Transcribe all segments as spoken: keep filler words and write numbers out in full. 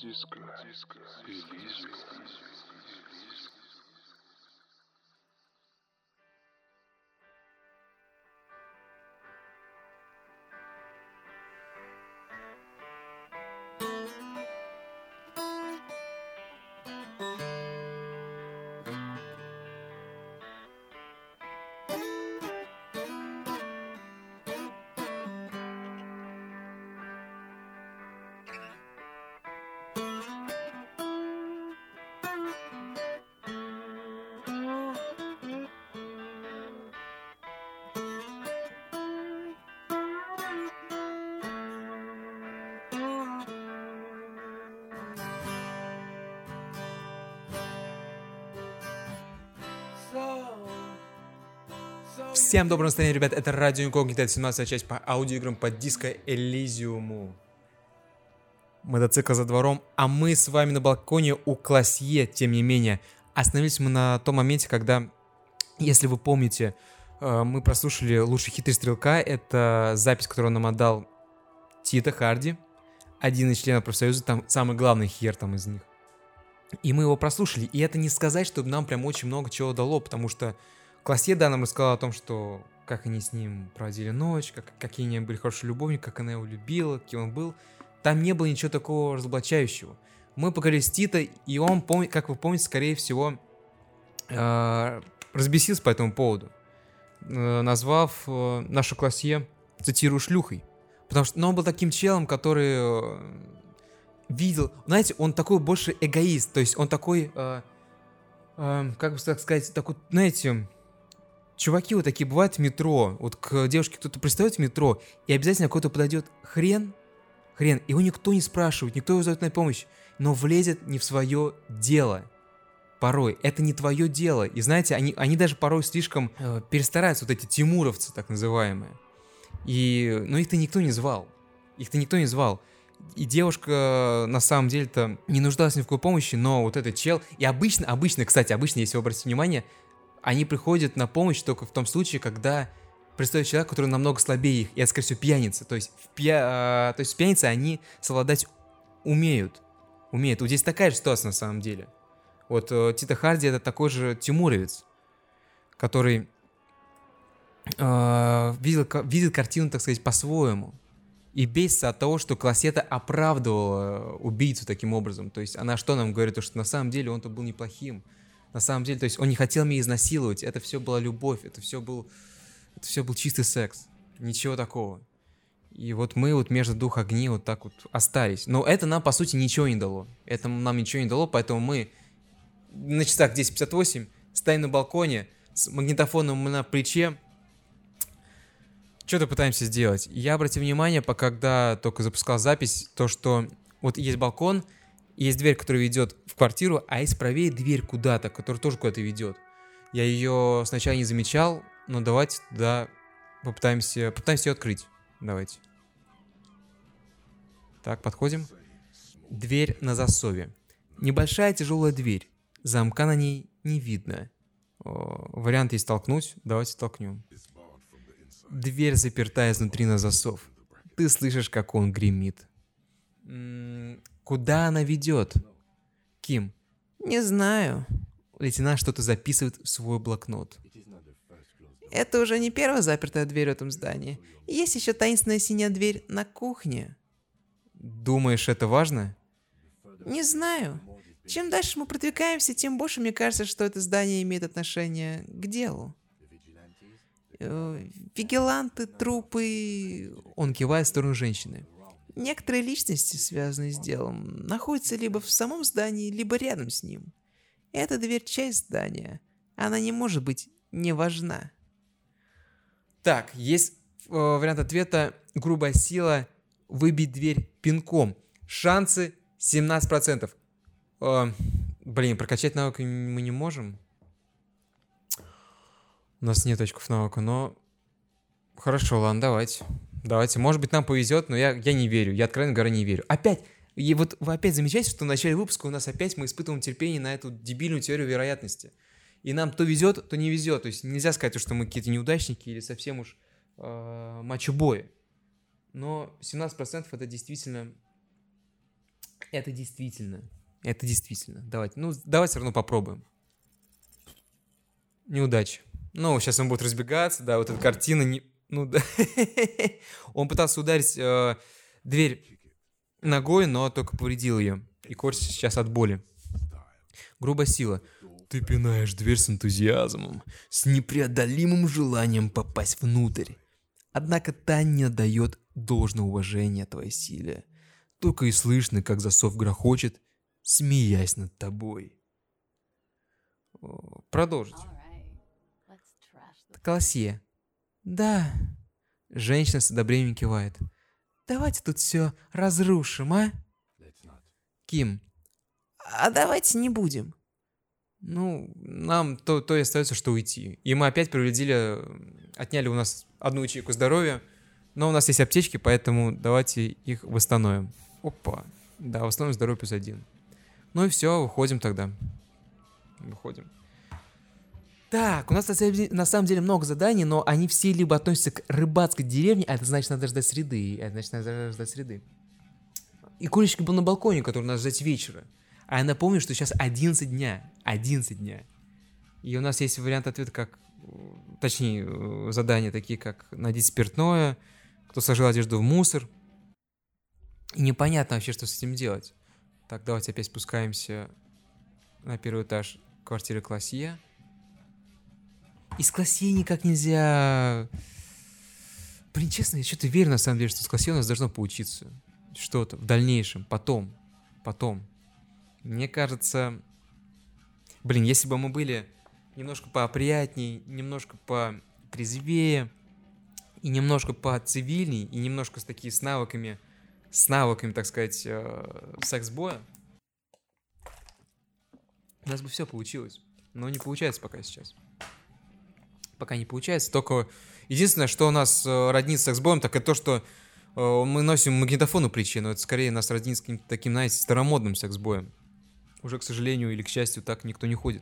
Диско. Элизиум. Всем доброго настроения, ребят, это Радио Инкогнито, это семнадцатая часть по аудиоиграм по Диско Элизиуму. Мотоцикл за двором, а мы с вами на балконе у Класье, тем не менее. Остановились мы на том моменте, когда, если вы помните, мы прослушали «Лучшие хиты Стрелка», это запись, которую нам отдал Тита Харди, один из членов профсоюза, там самый главный хер там из них. И мы его прослушали, и это не сказать, чтобы нам прям очень много чего дало, потому что Класье, да, нам рассказала о том, что как они с ним проводили ночь, как, какие они были хорошие любовники, как она его любила, каким он был. Там не было ничего такого разоблачающего. Мы поговорили с Тито, и он, как вы помните, скорее всего, э, разбесился по этому поводу, э, назвав э, нашу Класье, цитирую, шлюхой. Потому что ну, он был таким челом, который э, видел... Знаете, он такой больше эгоист, то есть он такой, э, э, как бы так сказать, такой, знаете... Чуваки вот такие бывают в метро, вот к девушке кто-то пристает в метро, и обязательно какой-то подойдет хрен, хрен, его никто не спрашивает, никто его зовет на помощь, но влезет не в свое дело. Порой это не твое дело. И знаете, они, они даже порой слишком э, перестараются, вот эти тимуровцы, так называемые. И, но их-то никто не звал. Их-то никто не звал. И девушка на самом деле-то не нуждалась ни в какой помощи, но вот этот чел... И обычно, обычно, кстати, обычно, если вы обратите внимание, они приходят на помощь только в том случае, когда пристает человек, который намного слабее их, и это, скорее всего, пьяница. То есть, в пья... То есть пьяницы они совладать умеют. Умеют. Вот здесь такая же ситуация на самом деле. Вот э, Тита Харди это такой же тимуровец, который э, видел, видит картину, так сказать, по-своему. И бесится от того, что Классета оправдывала убийцу таким образом. То есть она что нам говорит? То, что на самом деле он-то был неплохим. На самом деле, то есть он не хотел меня изнасиловать, это все была любовь, это все был, это все был чистый секс, ничего такого. И вот мы вот между двух огней вот так вот остались. Но это нам, по сути, ничего не дало. Это нам ничего не дало, поэтому мы на часах десять пятьдесят восемь стоим на балконе с магнитофоном на плече, что-то пытаемся сделать. Я обратил внимание, пока когда только запускал запись, то, что вот есть балкон, есть дверь, которая ведет в квартиру, а есть правее дверь куда-то, которая тоже куда-то ведет. Я ее сначала не замечал, но давайте туда попытаемся, попытаемся ее открыть. Давайте. Так, подходим. Дверь на засове. Небольшая тяжелая дверь. Замка на ней не видно. О, вариант есть толкнуть. Давайте толкнем. Дверь заперта изнутри на засов. Ты слышишь, как он гремит. М-м- Куда она ведет? Ким? Не знаю. Лейтенант что-то записывает в свой блокнот. Это уже не первая запертая дверь в этом здании. Есть еще таинственная синяя дверь на кухне. Думаешь, это важно? Не знаю. Чем дальше мы продвигаемся, тем больше мне кажется, что это здание имеет отношение к делу. Вигиланты, трупы... Он кивает в сторону женщины. Некоторые личности, связанные с делом, находятся либо в самом здании, либо рядом с ним. Эта дверь — часть здания. Она не может быть не важна. Так, есть э, вариант ответа. Грубая сила. Выбить дверь пинком. Шансы семнадцать процентов. Э, блин, прокачать навык мы не можем. У нас нет очков навыка, но... Хорошо, ладно, давайте. Давайте, может быть, нам повезет, но я, я не верю. Я, откровенно говоря, не верю. Опять, и вот вы опять замечаете, что в начале выпуска у нас опять мы испытываем терпение на эту дебильную теорию вероятности. И нам то везет, то не везет. То есть нельзя сказать, что мы какие-то неудачники или совсем уж э, мачо-бои. Но семнадцать процентов это действительно Это действительно. Это действительно. Давайте. Ну, давайте все равно попробуем. Неудача. Ну, сейчас он будет разбегаться, да, вот эта картина не... Ну, да. Он пытался ударить э, дверь ногой, но только повредил ее. И корчится сейчас от боли. Грубая сила. Ты пинаешь дверь с энтузиазмом, с непреодолимым желанием попасть внутрь. Однако та не отдает должного уважения твоей силе. Только и слышно, как засов грохочет, смеясь над тобой. О, продолжить. Классье. Да. Женщина с одобрением кивает. Давайте тут все разрушим, а? Ким. А давайте не будем. Ну, нам то, то и остается, что уйти. И мы опять повредили, отняли у нас одну ячейку здоровья, но у нас есть аптечки, поэтому давайте их восстановим. Опа. Да, восстановим здоровье плюс один. Ну и все, выходим тогда. Выходим. Так, у нас на самом деле много заданий, но они все либо относятся к рыбацкой деревне, а это значит, надо ждать среды, а это значит, надо ждать среды. И курочка был на балконе, который надо ждать вечера. А я напомню, что сейчас одиннадцать дня. одиннадцать дня. И у нас есть вариант ответа, как... Точнее, задания такие, как найдите спиртное, кто сложил одежду в мусор. И непонятно вообще, что с этим делать. Так, давайте опять спускаемся на первый этаж квартиры Классье. Из Классье никак нельзя... Блин, честно, я что-то верю, на самом деле, что с Классье у нас должно получиться. Что-то в дальнейшем, потом, потом. Мне кажется... Блин, если бы мы были немножко поопрятней, немножко потрезвее, и немножко поцивильней, и немножко с такими с навыками, с навыками, так сказать, э, секс-боя, у нас бы все получилось. Но не получается пока сейчас. Пока не получается. Только единственное, что у нас э, роднит с секс-боем, так это то, что э, мы носим магнитофонную причину. Это скорее нас роднит с каким-то таким, знаете, старомодным секс-боем. Уже, к сожалению или к счастью, так никто не ходит.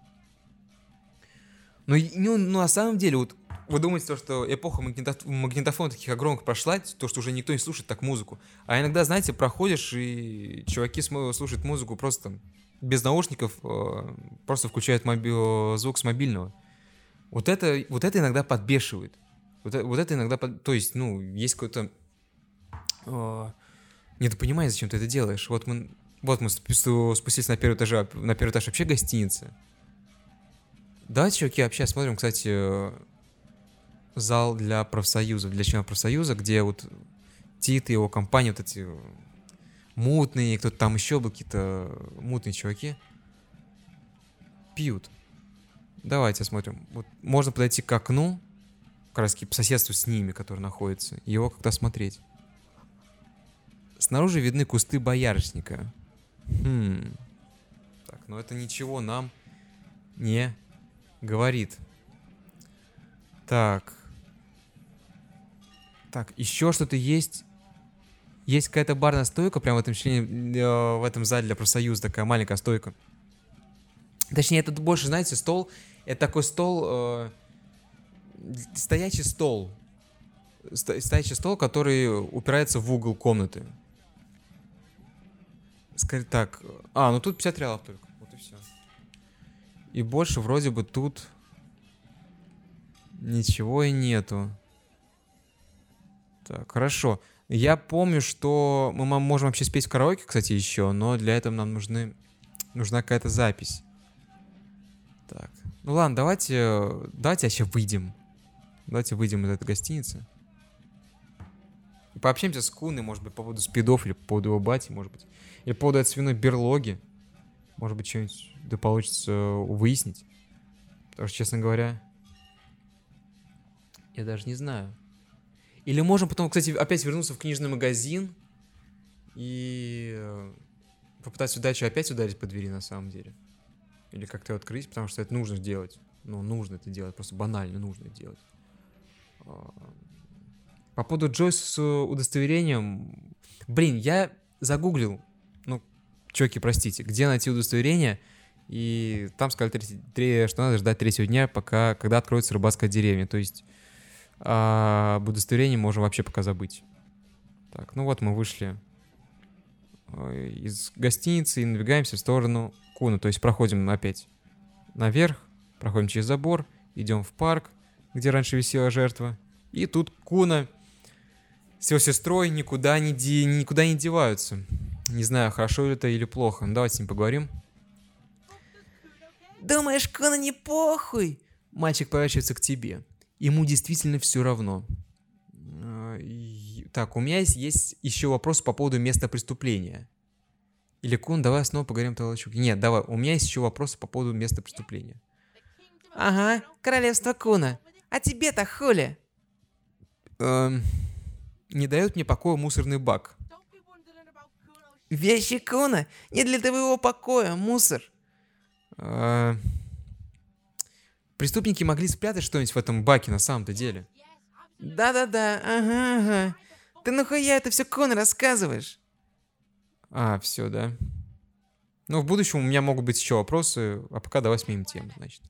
Но ну, ну, на самом деле, вот вы думаете, то, что эпоха магнитоф... магнитофона таких огромных прошла, то, что уже никто не слушает так музыку. А иногда, знаете, проходишь, и чуваки слушают музыку просто без наушников, просто включают моби... звук с мобильного. Вот это, вот это иногда подбешивает. Вот, вот это иногда... Под... То есть, ну, есть какое-то... Э... недопонимание, зачем ты это делаешь. Вот мы... Вот мы спустились на первый этаж, на первый этаж вообще гостиницы. Давайте, чуваки, вообще смотрим, кстати, зал для профсоюзов, для членов профсоюза, где вот Тит и его компания, вот эти мутные, кто-то там еще был, какие-то мутные чуваки, пьют. Давайте смотрим. Вот можно подойти к окну, как раз по соседству с ними, который находится, и его как-то смотреть. Снаружи видны кусты боярышника. Хм. Так, но это ничего нам не говорит. Так. Так, еще что-то есть. Есть какая-то барная стойка прямо в этом члене, э, в этом зале для профсоюза, такая маленькая стойка. Точнее, это больше, знаете, стол. Это такой стол, э, стоячий стол. Сто, стоячий стол, который упирается в угол комнаты. Скажи так. А, ну тут пятьдесят реалов только. Вот и все. И больше вроде бы тут ничего и нету. Так, хорошо. Я помню, что мы можем вообще спеть в караоке, кстати, еще, но для этого нам нужны, нужна какая-то запись. Так. Ну ладно, давайте, давайте вообще выйдем. Давайте выйдем из этой гостиницы. И пообщаемся с Куной, может быть, по поводу спидов, или по поводу его бати, может быть. Или по поводу этой свиной берлоги. Может быть, что-нибудь да получится выяснить. Потому что, честно говоря, я даже не знаю. Или можем потом, кстати, опять вернуться в книжный магазин и попытаться удачу опять ударить по двери на самом деле. Или как-то открыть, потому что это нужно делать. Ну, нужно это делать, просто банально нужно делать. По поводу Джойс с удостоверением... Блин, я загуглил, ну, чуваки, простите, где найти удостоверение, и там сказали, что надо ждать третьего дня, пока, когда откроется рыбацкая деревня. То есть об удостоверении можем вообще пока забыть. Так, ну вот мы вышли э, из гостиницы и надвигаемся в сторону Куна. То есть проходим опять наверх, проходим через забор, идем в парк, где раньше висела жертва. И тут Куна с его сестрой никуда не, де... никуда не деваются. Не знаю, хорошо ли это или плохо. Ну, давайте с ним поговорим. Думаешь, Куна не похуй? Мальчик поворачивается к тебе. Ему действительно все равно. Так, у меня есть, есть еще вопрос по поводу места преступления. Или Кун, давай снова поговорим о Талачуке. Нет, давай, у меня есть еще вопросы по поводу места преступления. Ага, королевство Куна. А тебе-то хули? Эм, не дает мне покоя мусорный бак. Вещи Куна не для твоего покоя, мусор. Э, преступники могли спрятать что-нибудь в этом баке на самом-то деле. Да-да-да, ага, ага. Ты нахуя это все Куну рассказываешь? А, все, да. Ну, в будущем у меня могут быть еще вопросы, а пока давай сменим тему, значит.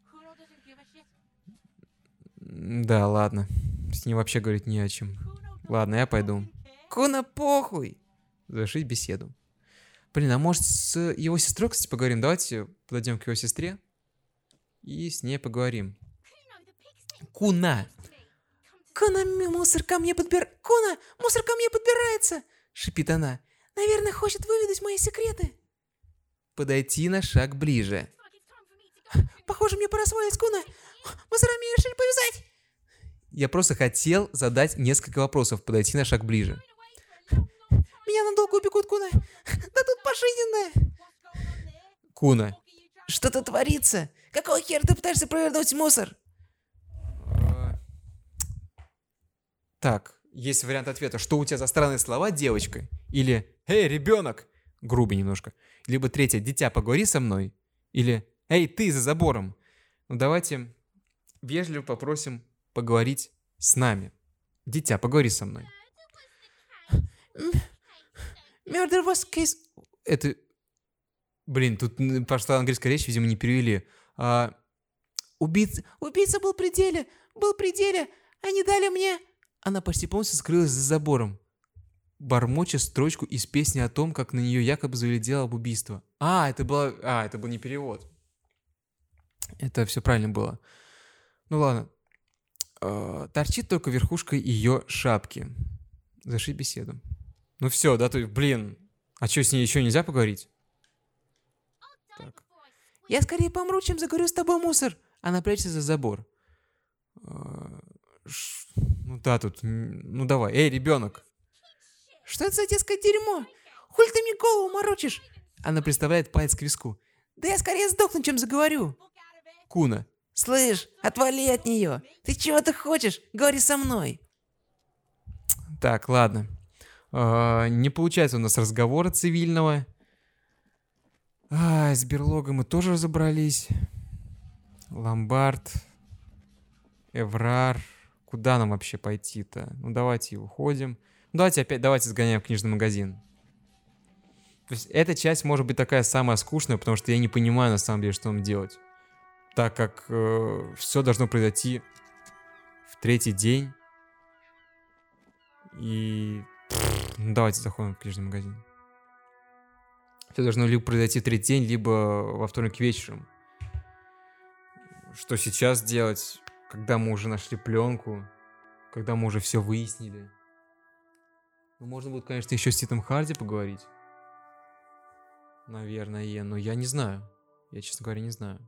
Да, ладно. С ним вообще говорить не о чем. Ладно, я пойду. Куна похуй. Завершить беседу. Блин, а может с его сестрой, кстати, поговорим? Давайте подойдем к его сестре и с ней поговорим. Куна. Куна, мусор ко мне подбир... Куна, мусор ко мне подбирается, шипит она. Наверное, хочет выведать мои секреты. Подойти на шаг ближе. Похоже, мне пора свалить, Куна. Мусора меня решили повязать. Я просто хотел задать несколько вопросов, подойти на шаг ближе. Меня надолго упекут, Куна. Да тут пожизненное. Куна. Что-то творится. Какого хера ты пытаешься провернуть мусор? Так, есть вариант ответа. Что у тебя за странные слова, девочка? Или «Эй, ребенок!» Грубо немножко. Либо третье «Дитя, поговори со мной». Или «Эй, ты за забором!» Ну давайте вежливо попросим поговорить с нами. Дитя, поговори со мной. Murder was case... Это... Блин, тут пошла английская речь, видимо, не перевели. А... Убийца... Убийца был в пределе! Был в пределе! Они дали мне... Она почти полностью скрылась за забором, бормоча строчку из песни о том, как на нее якобы завели дело об убийстве. А, это было... А, это был не перевод. Это все правильно было. Ну ладно. Э, торчит только верхушка ее шапки. Зашить беседу. Ну все, да, то блин. А что, с ней еще нельзя поговорить? Так. Я скорее помру, чем заговорю с тобой, мусор. Она прячется за забор. Э, ш... Ну да, тут... Ну давай. Эй, ребенок. Что это за детское дерьмо? Хуль ты мне голову морочишь? Она приставляет палец к виску. Да я скорее сдохну, чем заговорю. Куна. Слышь, отвали от нее. Ты чего-то хочешь? Говори со мной. Так, ладно. А, не получается у нас разговора цивильного. А, с берлогой мы тоже разобрались. Ломбард. Эврар. Куда нам вообще пойти-то? Ну, давайте уходим. Ну, давайте опять, давайте сгоняем в книжный магазин. То есть эта часть может быть такая самая скучная, потому что я не понимаю на самом деле, что нам делать. Так как э, все должно произойти в третий день. И... Ну, давайте заходим в книжный магазин. Все должно либо произойти в третий день, либо во вторник вечером. Что сейчас делать, когда мы уже нашли пленку, когда мы уже все выяснили? Ну, можно будет, конечно, еще с Титом Харди поговорить. Наверное, но я не знаю. Я, честно говоря, не знаю.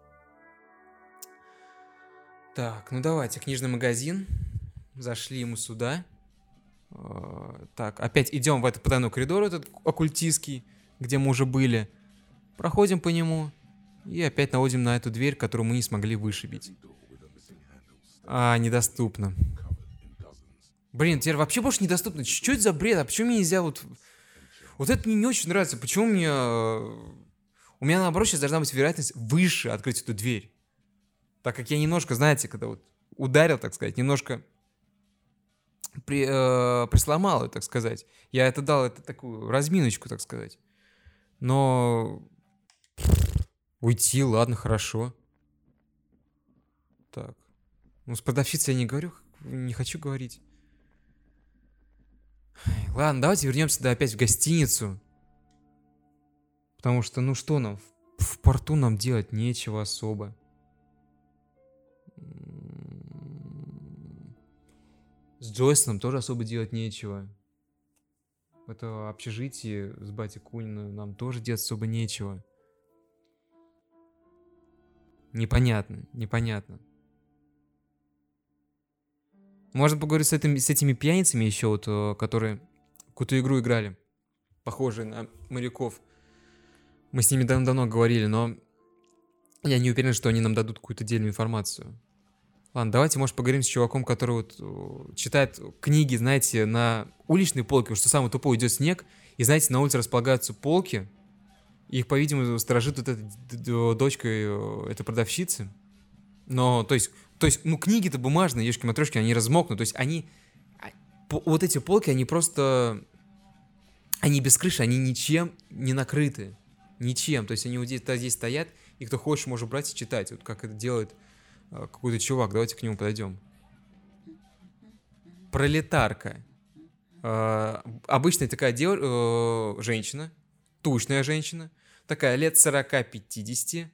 Так, ну давайте, книжный магазин. Зашли мы сюда. Так, опять идем в этот потайной коридор, этот оккультистский, где мы уже были. Проходим по нему. И опять наводим на эту дверь, которую мы не смогли вышибить. А, недоступно. Блин, теперь вообще больше недоступно. Что это за бред? А почему мне нельзя вот... Вот это мне не очень нравится. Почему мне... У меня, наоборот, сейчас должна быть вероятность выше открыть эту дверь. Так как я немножко, знаете, когда вот ударил, так сказать, немножко при, э, присломал ее, так сказать. Я это дал, это такую разминочку, так сказать. Но... Уйти, ладно, хорошо. Так. Ну, с продавщицей я не говорю, не хочу говорить. Ладно, давайте вернемся да, опять в гостиницу. Потому что, ну что нам, в, в порту нам делать нечего особо. С Джойсоном тоже особо делать нечего. В это общежитие с батей Куниным нам тоже делать особо нечего. Непонятно, непонятно. Можно поговорить с, этим, с этими пьяницами еще, вот, которые какую-то игру играли, похожие на моряков. Мы с ними давно-давно говорили, но я не уверен, что они нам дадут какую-то дельную информацию. Ладно, давайте, может, поговорим с чуваком, который вот читает книги, знаете, на уличной полке, потому что самый тупой идет снег, и, знаете, на улице располагаются полки, и их, по-видимому, сторожит вот эта дочка этой продавщицы. Но, то есть, то есть, ну, книги-то бумажные, ешки-матрешки, они размокнут, то есть они, вот эти полки, они просто, они без крыши, они ничем не накрыты, ничем, то есть они вот здесь, здесь стоят, и кто хочет, может брать и читать, вот как это делает какой-то чувак, давайте к нему подойдем. Пролетарка. Э, обычная такая дев... э, женщина, тучная женщина, такая лет сорок-пятьдесят,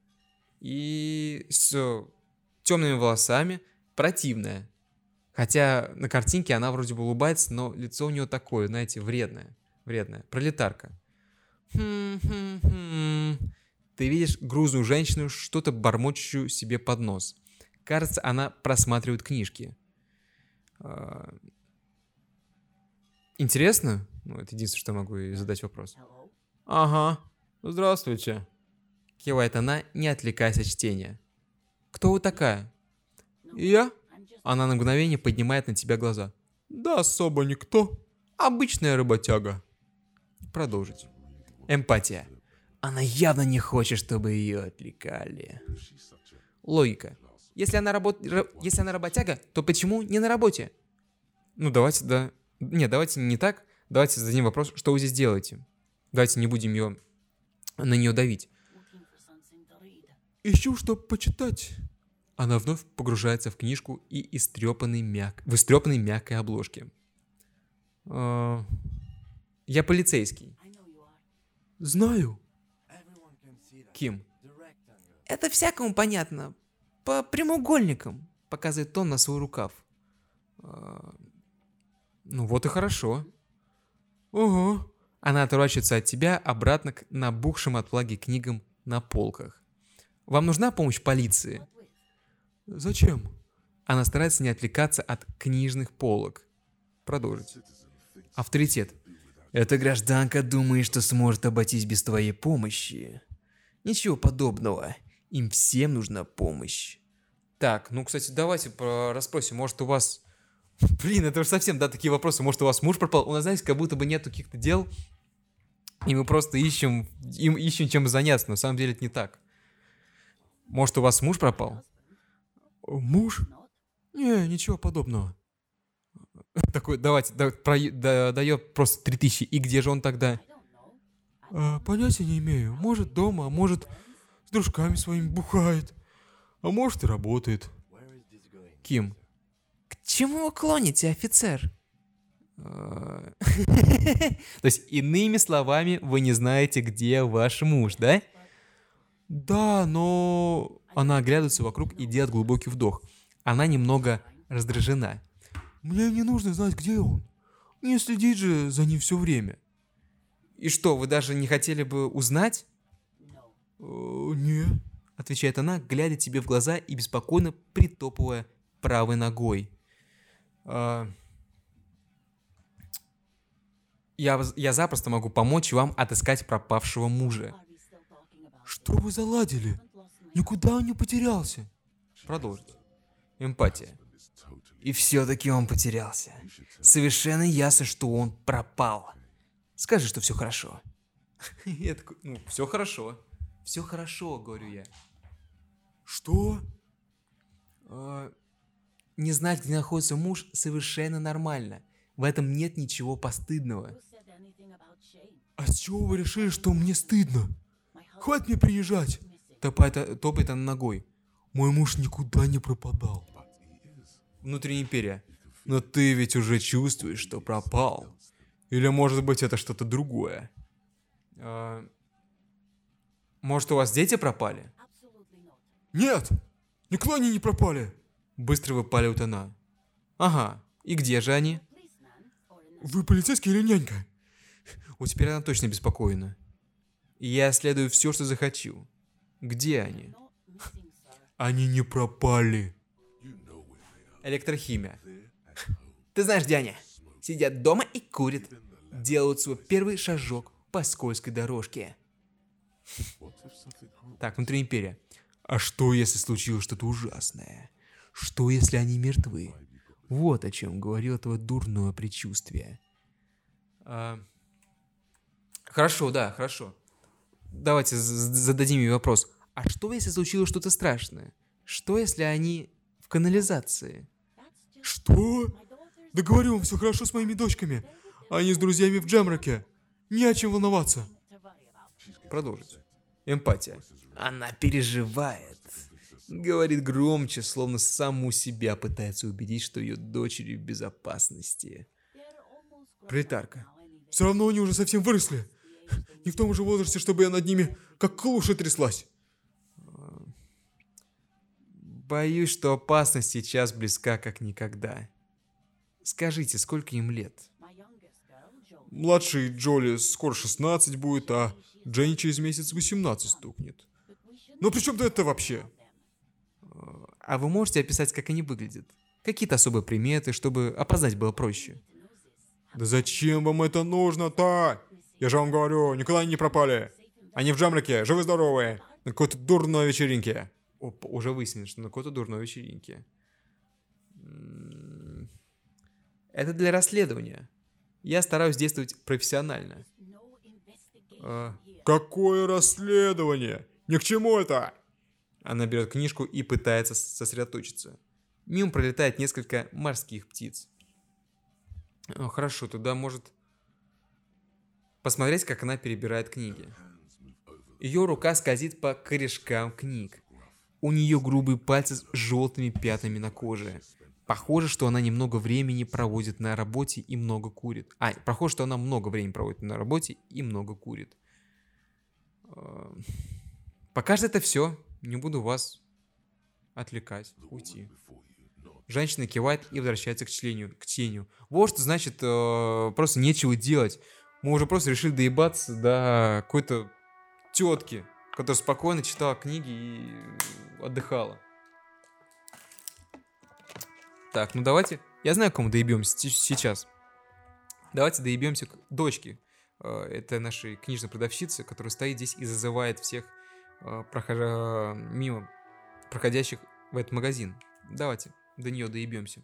и с темными волосами, противная. Хотя на картинке она вроде бы улыбается, но лицо у нее такое, знаете, вредное. Вредное. Пролетарка. Хм-хм-хм. Ты видишь грузную женщину, что-то бормочущую себе под нос. Кажется, она просматривает книжки. Интересно? Ну, это единственное, что могу ей задать вопрос. Ага. Здравствуйте. Кивает она, не отвлекаясь от чтения. Кто вы такая? Я? Она на мгновение поднимает на тебя глаза. Да особо никто. Обычная работяга. Продолжить. Эмпатия. Она явно не хочет, чтобы ее отвлекали. Логика. Если она, работ... Если она работяга, то почему не на работе? Ну, давайте, да... Нет, давайте не так. Давайте зададим вопрос, что вы здесь делаете. Давайте не будем ее... на нее давить. Ищу, чтобы почитать. Она вновь погружается в книжку и истрепанный мяк... в истрепанной мягкой обложке. А... Я полицейский. Знаю. Ким. Это всякому понятно. По прямоугольникам. Показывает он на свой рукав. А... Ну вот и хорошо. Ого. Она отворачивается от тебя обратно к набухшим от влаги книгам на полках. Вам нужна помощь полиции? Зачем? Она старается не отвлекаться от книжных полок. Продолжить. Авторитет. Эта гражданка думает, что сможет обойтись без твоей помощи. Ничего подобного. Им всем нужна помощь. Так, ну, кстати, давайте расспросим. Может, у вас... Блин, это уже совсем, да, такие вопросы. Может, у вас муж пропал? У нас, знаете, как будто бы нету каких-то дел, и мы просто ищем, им ищем чем заняться. На самом деле это не так. Может, у вас муж пропал? Муж? Не, ничего подобного. Такой, давайте, да, про, да, дает просто три тысячи. И где же он тогда? А, понятия не имею. Может, дома, а может, с дружками своими бухает. А может, и работает. Ким. К чему вы клоните, офицер? То есть, иными словами, вы не знаете, где ваш муж, да? Да, но... Она оглядывается вокруг и делает глубокий вдох. Она немного раздражена. Мне не нужно знать, где он. Не следить же за ним все время. И что, вы даже не хотели бы узнать? Не, отвечает она, глядя тебе в глаза и беспокойно притопывая правой ногой. А... Я, я запросто могу помочь вам отыскать пропавшего мужа. Что вы заладили? Никуда он не потерялся. Продолжить. Эмпатия. И все-таки он потерялся. Совершенно ясно, что он пропал. Скажи, что все хорошо. Я такой, ну, все хорошо. Все хорошо, говорю я. Что? А, не знать, где находится муж, совершенно нормально. В этом нет ничего постыдного. А с чего вы решили, что мне стыдно? Хватит мне принижать. Топает, топает она ногой. Мой муж никуда не пропадал. Внутренняя империя. Но ты ведь уже чувствуешь, что пропал. Или может быть это что-то другое. А... Может, у вас дети пропали? Нет, никуда они не пропали. Быстро выпаливает она. Ага, и где же они? Вы полицейский или нянька? Вот теперь она точно беспокоена. Я исследую все, что захочу. Где они? Они не пропали. Электрохимия. Ты знаешь, где они? Сидят дома и курят. Делают свой первый шажок по скользкой дорожке. Так, внутри империя. А что, если случилось что-то ужасное? Что, если они мертвы? Вот о чем говорило твое дурное предчувствие. А... Хорошо, да, хорошо. Давайте зададим ей вопрос. А что, если случилось что-то страшное? Что, если они в канализации? Что? Да говорю вам, все хорошо с моими дочками. Они с друзьями в Джемроке. Не о чем волноваться. Продолжить. Эмпатия. Она переживает. Говорит громче, словно саму себя пытается убедить, что ее дочери в безопасности. Пролетарка. Все равно они уже совсем выросли. Не в том же возрасте, чтобы я над ними как клуша тряслась. Боюсь, что опасность сейчас близка как никогда. Скажите, сколько им лет? Младший Джоли скоро шестнадцать будет, а Дженни через месяц восемнадцать стукнет. Ну при чем-то это вообще? А вы можете описать, как они выглядят? Какие-то особые приметы, чтобы опознать было проще? Да зачем вам это нужно-то? Я же вам говорю, никуда они не пропали. Они в Джемроке, живы-здоровые, на какой-то дурной вечеринке. Опа, уже выяснилось, что на какой-то дурной вечеринке. Это для расследования. Я стараюсь действовать профессионально. А, какое расследование? Ни к чему это? Она берет книжку и пытается сосредоточиться. Мимо пролетает несколько морских птиц. О, хорошо, туда может посмотреть, как она перебирает книги. Ее рука скользит по корешкам книг. У нее грубые пальцы с желтыми пятнами на коже. Похоже, что она немного времени проводит на работе и много курит. А, похоже, что она много времени проводит на работе и много курит. Пока что это все. Не буду вас отвлекать. Уйти. Женщина кивает и возвращается к членю, к тенью. Вот что значит, э, просто нечего делать. Мы уже просто решили доебаться до какой-то тетки, которая спокойно читала книги и отдыхала. Так, ну давайте... Я знаю, к кому доебемся сейчас. Давайте доебемся к дочке. Э, это нашей книжной продавщицы, которая стоит здесь и зазывает всех э, прохожа... мимо проходящих в этот магазин. Давайте. До нее доебемся.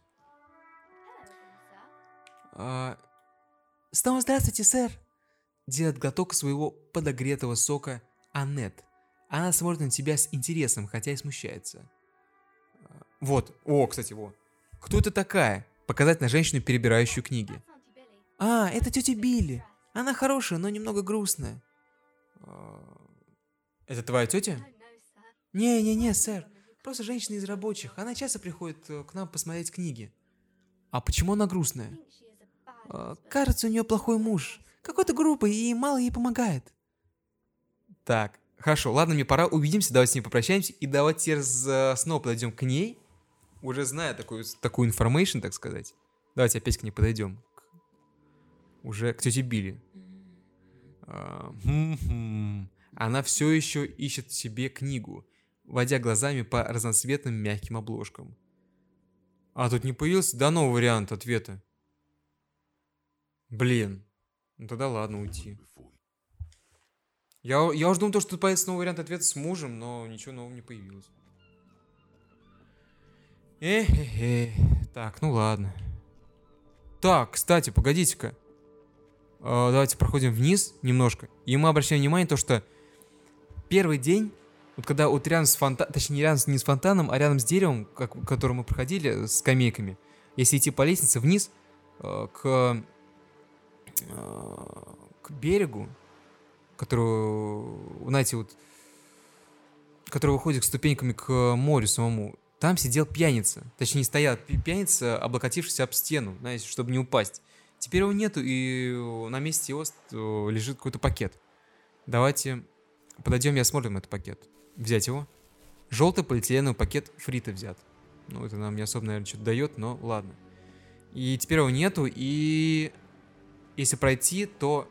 А... Снова здравствуйте, сэр. Делает глоток своего подогретого сока Аннет. Она смотрит на тебя с интересом, хотя и смущается. А... Вот. О, кстати, вот. Кто это такая? Показать на женщину, перебирающую книги. А, это тетя Билли. Она хорошая, но немного грустная. А... Это твоя тетя? Не-не-не, сэр. Просто женщина из рабочих. Она часто приходит к нам посмотреть книги. А почему она грустная? А, кажется, у нее плохой муж. Какой-то грубый и мало ей помогает. Так, хорошо, ладно, мне пора. Увидимся, давайте с ней попрощаемся. И давайте снова подойдем к ней. Уже зная такую, такую информацию, так сказать. Давайте опять к ней подойдем. К... Уже к тете Билли. А, хм-хм. Она все еще ищет себе книгу, водя глазами по разноцветным мягким обложкам. А тут не появился, да, новый вариант ответа. Блин. Ну тогда ладно, уйти. Я, я уже думал, что тут появится новый вариант ответа с мужем, но ничего нового не появилось. Эх-эх-эх. Так, ну ладно. Так, кстати, погодите-ка. Э, давайте проходим вниз немножко. И мы обращаем внимание на то, что первый день, вот когда вот рядом с фонтаном, точнее не рядом не с фонтаном, а рядом с деревом, как, которым мы проходили, с скамейками, если идти по лестнице вниз э, к, э, к берегу, который, знаете, вот, который выходит к ступеньками к морю самому, там сидел пьяница, точнее стоял пьяница, облокотившись об стену, знаете, чтобы не упасть. Теперь его нету, и на месте его лежит какой-то пакет. Давайте Подойдем и осмотрим этот пакет. Взять его. Желтый полиэтиленовый пакет фрита взят. Ну, это нам не особо, наверное, что-то дает, но ладно. И теперь его нету, и... Если пройти, то...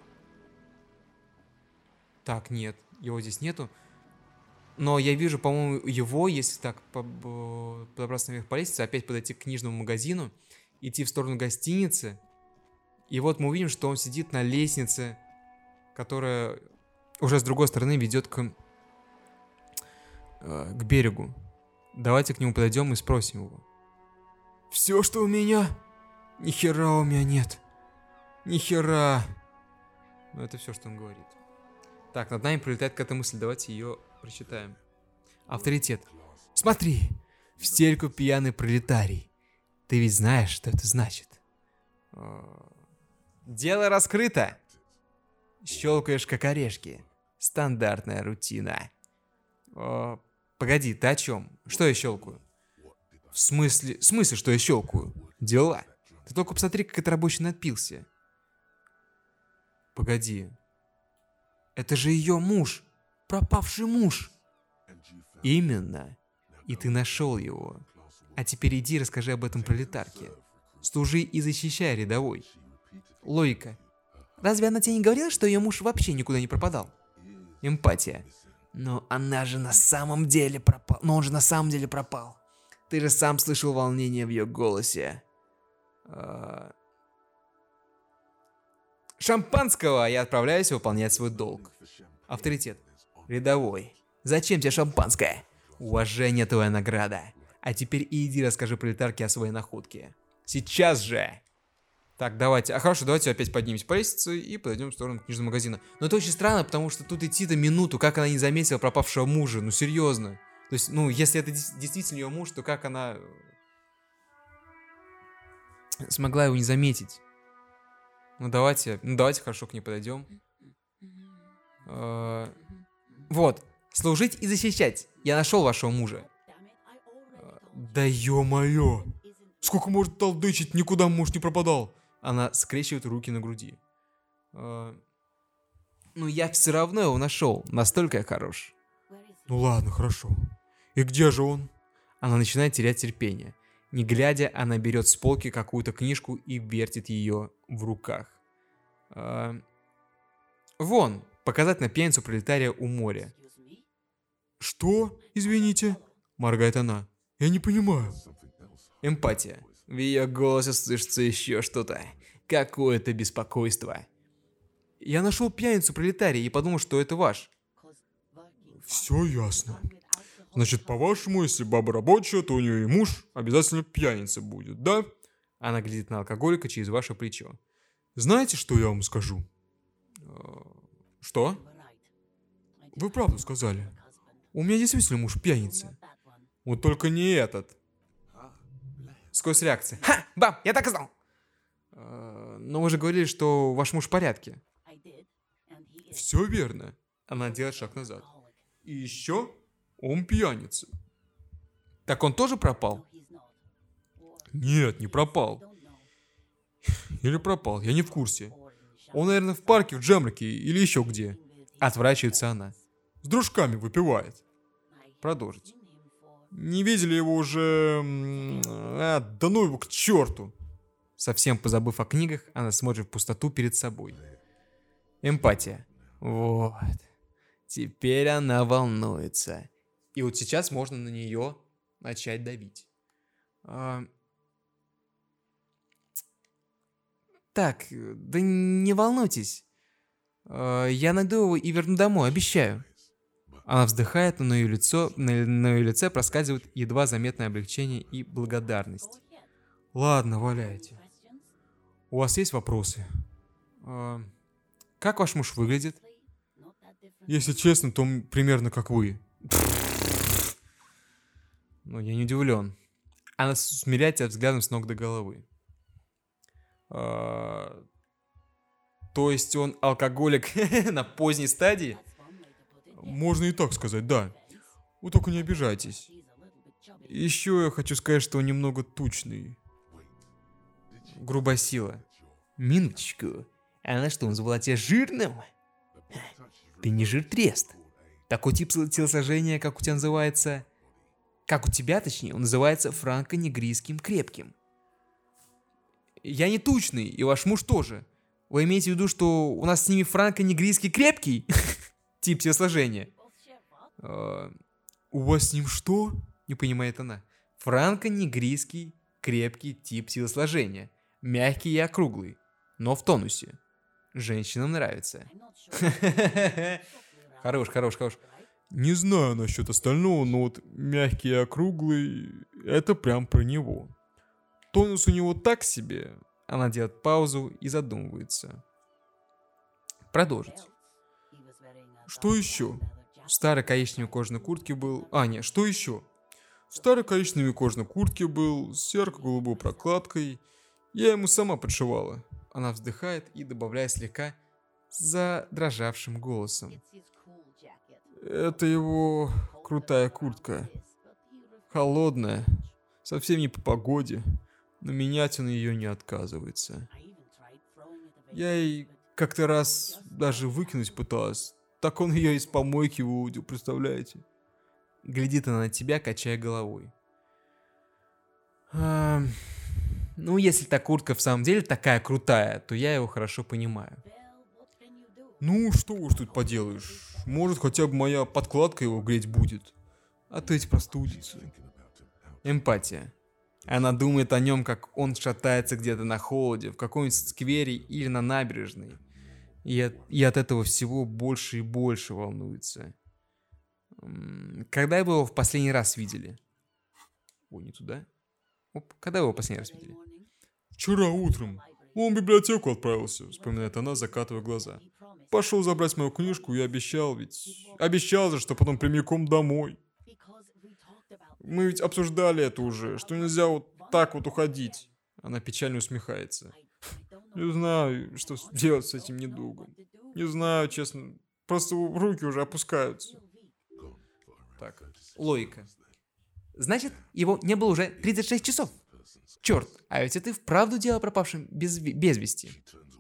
Так, нет, его здесь нету. Но я вижу, по-моему, его, если так подобраться наверх по лестнице, опять подойти к книжному магазину, идти в сторону гостиницы. И вот мы увидим, что он сидит на лестнице, которая уже с другой стороны ведет к, э, к берегу. Давайте к нему подойдем и спросим его. Все, что у меня? Ни хера у меня нет. Ни хера. Ну, это все, что он говорит. Так, над нами пролетает какая-то мысль. Давайте ее прочитаем. Авторитет. Смотри, в стельку пьяный пролетарий. Ты ведь знаешь, что это значит? Дело раскрыто. Щелкаешь как орешки. Стандартная рутина. О, погоди, ты о чем? Что я щелкаю? В смысле? В смысле, что я щелкаю? Дела. Ты только посмотри, как это рабочий напился. Погоди. Это же ее муж. Пропавший муж. Именно. И ты нашел его. А теперь иди расскажи об этом пролетарке. Служи и защищай, рядовой. Логика. Разве она тебе не говорила, что ее муж вообще никуда не пропадал? Эмпатия. Но она же на самом деле пропал. Но он же на самом деле пропал. Ты же сам слышал волнение в ее голосе. А... Шампанского, я отправляюсь выполнять свой долг. Авторитет. Рядовой. Зачем тебе шампанское? Уважение твоя награда. А теперь иди расскажи пролетарке о своей находке. Сейчас же! Так, давайте. А хорошо, давайте опять поднимемся по лестнице и подойдем в сторону книжного магазина. Но это очень странно, потому что тут идти-то минуту, как она не заметила пропавшего мужа. Ну, серьезно. То есть, ну, если это действительно ее муж, то как она смогла его не заметить? Ну, давайте, ну, давайте хорошо к ней подойдем. А, вот. Служить и защищать. Я нашел вашего мужа. А, да ё-моё. Сколько может толдычить, никуда муж не пропадал. Она скрещивает руки на груди. А, ну, я все равно его нашел. Настолько я хорош. Ну ладно, хорошо. И где же он? Она начинает терять терпение. Не глядя, она берет с полки какую-то книжку и вертит ее в руках. А, вон, показать на пьяницу пролетария у моря. Что? Извините. Моргает она. Я не понимаю. Эмпатия. В ее голосе слышится еще что-то. Какое-то беспокойство. Я нашел пьяницу пролетария и подумал, что это ваш. Все ясно. Значит, по-вашему, если баба рабочая, то у нее и муж обязательно пьяница будет, да? Она глядит на алкоголика через ваше плечо. Знаете, что я вам скажу? Что? Вы правду сказали. У меня действительно муж пьяница. Вот только не этот. Сквозь реакции. Ха! Бам! Я так и знал! Но вы же говорили, что ваш муж в порядке. Все верно. Она делает шаг назад. И еще он пьяница. Так он тоже пропал? Нет, не пропал. Или пропал, я не в курсе. Он, наверное, в парке, в Джемрике или еще где. Отворачивается она. С дружками выпивает. Продолжить. Не видели его уже... А, да ну его к черту. Совсем позабыв о книгах, она смотрит в пустоту перед собой. Эмпатия. Вот. Теперь она волнуется. И вот сейчас можно на нее начать давить. А... Так, да не волнуйтесь. А, я найду его и верну домой, обещаю. Она вздыхает, но на ее, лицо, на, на ее лице проскальзывает едва заметное облегчение и благодарность. Ладно, валяйте. У вас есть вопросы? А, как ваш муж выглядит? Если честно, то примерно как вы. Ну, я не удивлен. Она смиряет тебя взглядом с ног до головы. А, то есть он алкоголик на поздней стадии? Можно и так сказать, да. Вы только не обижайтесь. Еще я хочу сказать, что он немного тучный. Грубосила. Минуточку. Она что, называла тебя жирным? Ты не жиртрест. Такой тип телосложения, как у тебя называется... Как у тебя, точнее, он называется франко-негрийским крепким. Я не тучный, и ваш муж тоже. Вы имеете в виду, что у нас с ними франко-негрийский крепкий тип телосложения? У вас с ним что? Не понимает она. Франко-негрийский крепкий тип телосложения. Мягкий и округлый, но в тонусе. Женщинам нравится. Хорош, хорош, хорош. Не знаю насчет остального, но вот мягкий и округлый — это прям про него. Тонус у него так себе. Она делает паузу и задумывается. Продолжить. Что еще? В старой коричневой кожаной куртке был... А, нет, что еще? В старой коричневой кожаной куртке был с ярко-голубой прокладкой. Я ему сама подшивала. Она вздыхает и добавляет слегка задрожавшим голосом. Это его крутая куртка. Холодная, совсем не по погоде, но менять он ее не отказывается. Я ей как-то раз даже выкинуть пыталась, так он ее из помойки выудил, представляете? Глядит она на тебя, качая головой. А, ну, если та куртка в самом деле такая крутая, то я его хорошо понимаю. Ну, что уж тут поделаешь. Может, хотя бы моя подкладка его греть будет. А то ведь простудится. Эмпатия. Она думает о нем, как он шатается где-то на холоде, в каком-нибудь сквере или на набережной. И от, и от этого всего больше и больше волнуется. Когда вы его в последний раз видели? Ой, не туда. Оп, когда вы его в последний раз видели? Вчера утром. Он в библиотеку отправился, вспоминает она, закатывая глаза. Пошел забрать мою книжку и обещал ведь... Обещал же, что потом прямиком домой. Мы ведь обсуждали это уже, что нельзя вот так вот уходить. Она печально усмехается. Не знаю, что делать с этим недугом. Не знаю, честно. Просто руки уже опускаются. Так, логика. Значит, его не было уже тридцать шесть часов. Черт, а ведь это и вправду дело пропавшим без, без вести.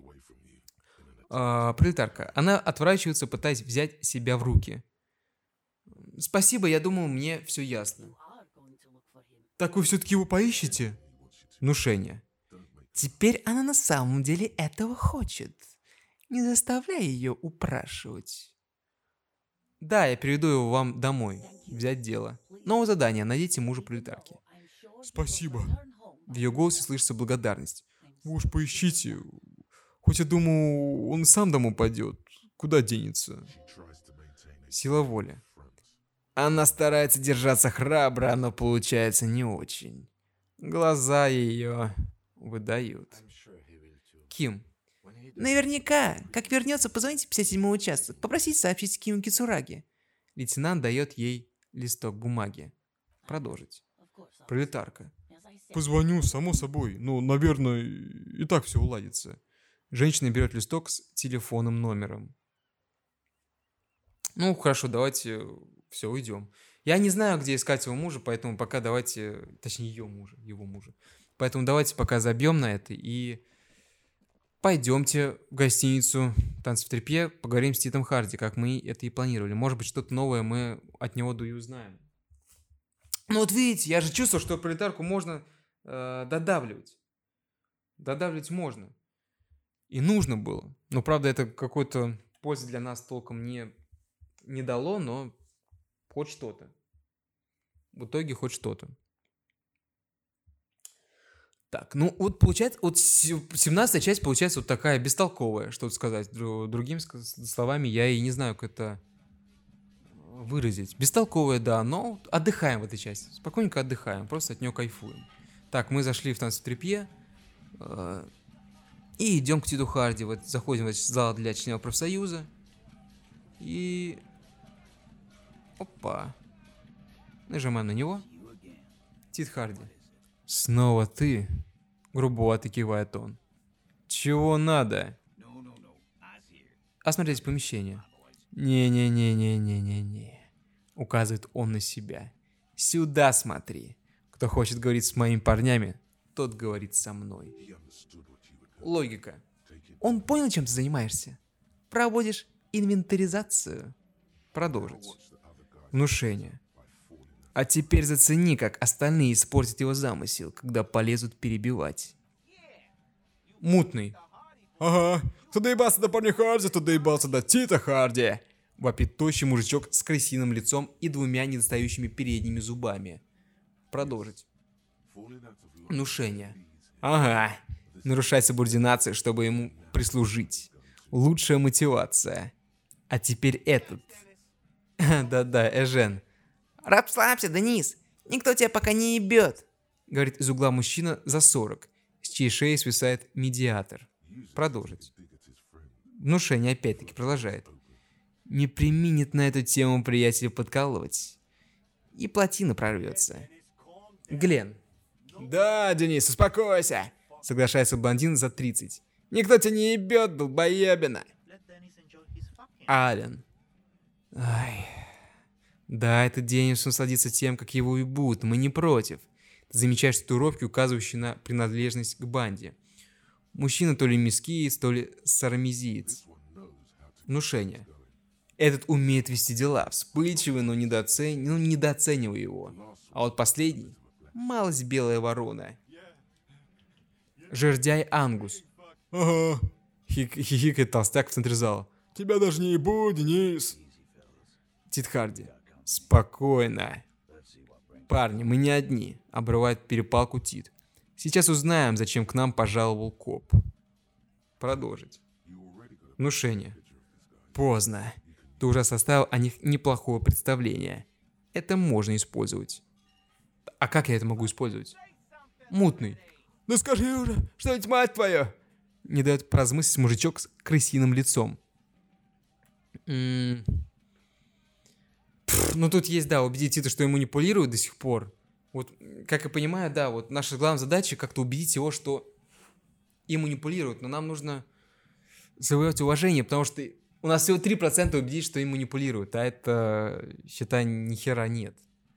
А, пролетарка. Она отворачивается, пытаясь взять себя в руки. Спасибо, я думаю, мне все ясно. Так вы все-таки его поищете? Внушение. Теперь она на самом деле этого хочет. Не заставляй ее упрашивать. Да, я переведу его вам домой. Взять дело. Новое задание. Найдите мужа пролетарки. Спасибо. В ее голосе слышится благодарность. Вы уж поищите. Хоть я думаю, он сам домой пойдет. Куда денется? Сила воли. Она старается держаться храбро, но получается не очень. Глаза ее выдают. Ким. Наверняка. Как вернется, позвоните в пятьдесят седьмой участок. Попросите сообщить Киму Кицураги. Лейтенант дает ей листок бумаги. Продолжить. Пролетарка. Позвоню, само собой. Ну, наверное, и так все уладится. Женщина берет листок с телефонным номером. Ну, хорошо, давайте все, уйдем. Я не знаю, где искать его мужа, поэтому пока давайте... Точнее, ее мужа, его мужа. Поэтому давайте пока забьем на это и пойдемте в гостиницу «Танцы в трепе», поговорим с Титом Харди, как мы это и планировали. Может быть, что-то новое мы от него да и узнаем. Ну вот видите, я же чувствовал, что пролетарку можно э, додавливать. Додавливать можно. И нужно было. Но, правда, это какой-то пользы для нас толком не, не дало, но хоть что-то. В итоге хоть что-то. Так, ну вот получается, вот семнадцатая часть получается вот такая бестолковая, что сказать. Другими словами, я и не знаю, как это выразить. Бестолковая, да, но отдыхаем в этой части. Спокойненько отдыхаем, просто от нее кайфуем. Так, мы зашли в «Танцы в трепе». Э- И идем к Титу Харди. Вот заходим в этот зал для членов профсоюза. И... Опа. Нажимаем на него. Тит Харди. Снова ты? Грубовато кивает он. Чего надо? Осмотреть помещение. Не-не-не-не-не-не-не. Указывает он на себя. Сюда смотри. Кто хочет говорить с моими парнями, тот говорит со мной. Логика. Он понял, чем ты занимаешься? Проводишь инвентаризацию. Продолжить. Внушение. А теперь зацени, как остальные испортят его замысел, когда полезут перебивать. Мутный. Ага, кто доебался до парня Харди, кто доебался до Тита Харди. Вопит тощий мужичок с крысиным лицом и двумя недостающими передними зубами. Продолжить. Внушение. Ага. Нарушать субординацию, чтобы ему прислужить. Лучшая мотивация. А теперь этот. Да-да, Эжен. «Расслабься, Денис. Никто тебя пока не ебет», — говорит из угла мужчина за сорок, с чьей шеи свисает медиатор. Продолжить. Внушение опять-таки продолжает. Не применит на эту тему приятеля подкалывать. И плотина прорвется. Глен. Да, Денис, успокойся. Соглашается блондин за тридцать. Никто тебя не ебет, долбоебина. Ален. Ай. Да, этот день все насладится тем, как его ебут, мы не против. Ты замечаешь татуировки, указывающие на принадлежность к банде. Мужчина то ли мискиец, то ли сарамезиец. Внушение. Этот умеет вести дела, вспыльчивый, но недооцен... ну, недооценивай его. А вот последний — малость белая ворона. Жердяй Ангус. Ага. Хик... Хихикает толстяк в центре зала. Тебя даже не ебу, Денис. Тит Харди. Спокойно. Парни, мы не одни. Обрывает перепалку Тит. Сейчас узнаем, зачем к нам пожаловал коп. Продолжить. Внушение. Поздно. Ты уже составил о них неплохое представление. Это можно использовать. А как я это могу использовать? Мутный. Ну скажи уже, что ведь мать твою. Не дает поразмыслить мужичок с крысиным лицом. М-м- Пфф, ну тут есть, да, убедить Тита, что ему манипулируют до сих пор. Вот, как я понимаю, да, вот наша главная задача как-то убедить его, что им манипулируют. Но нам нужно завоевать уважение, потому что у нас всего три процента убедить, что им манипулируют. А это, считай, ни хера нет.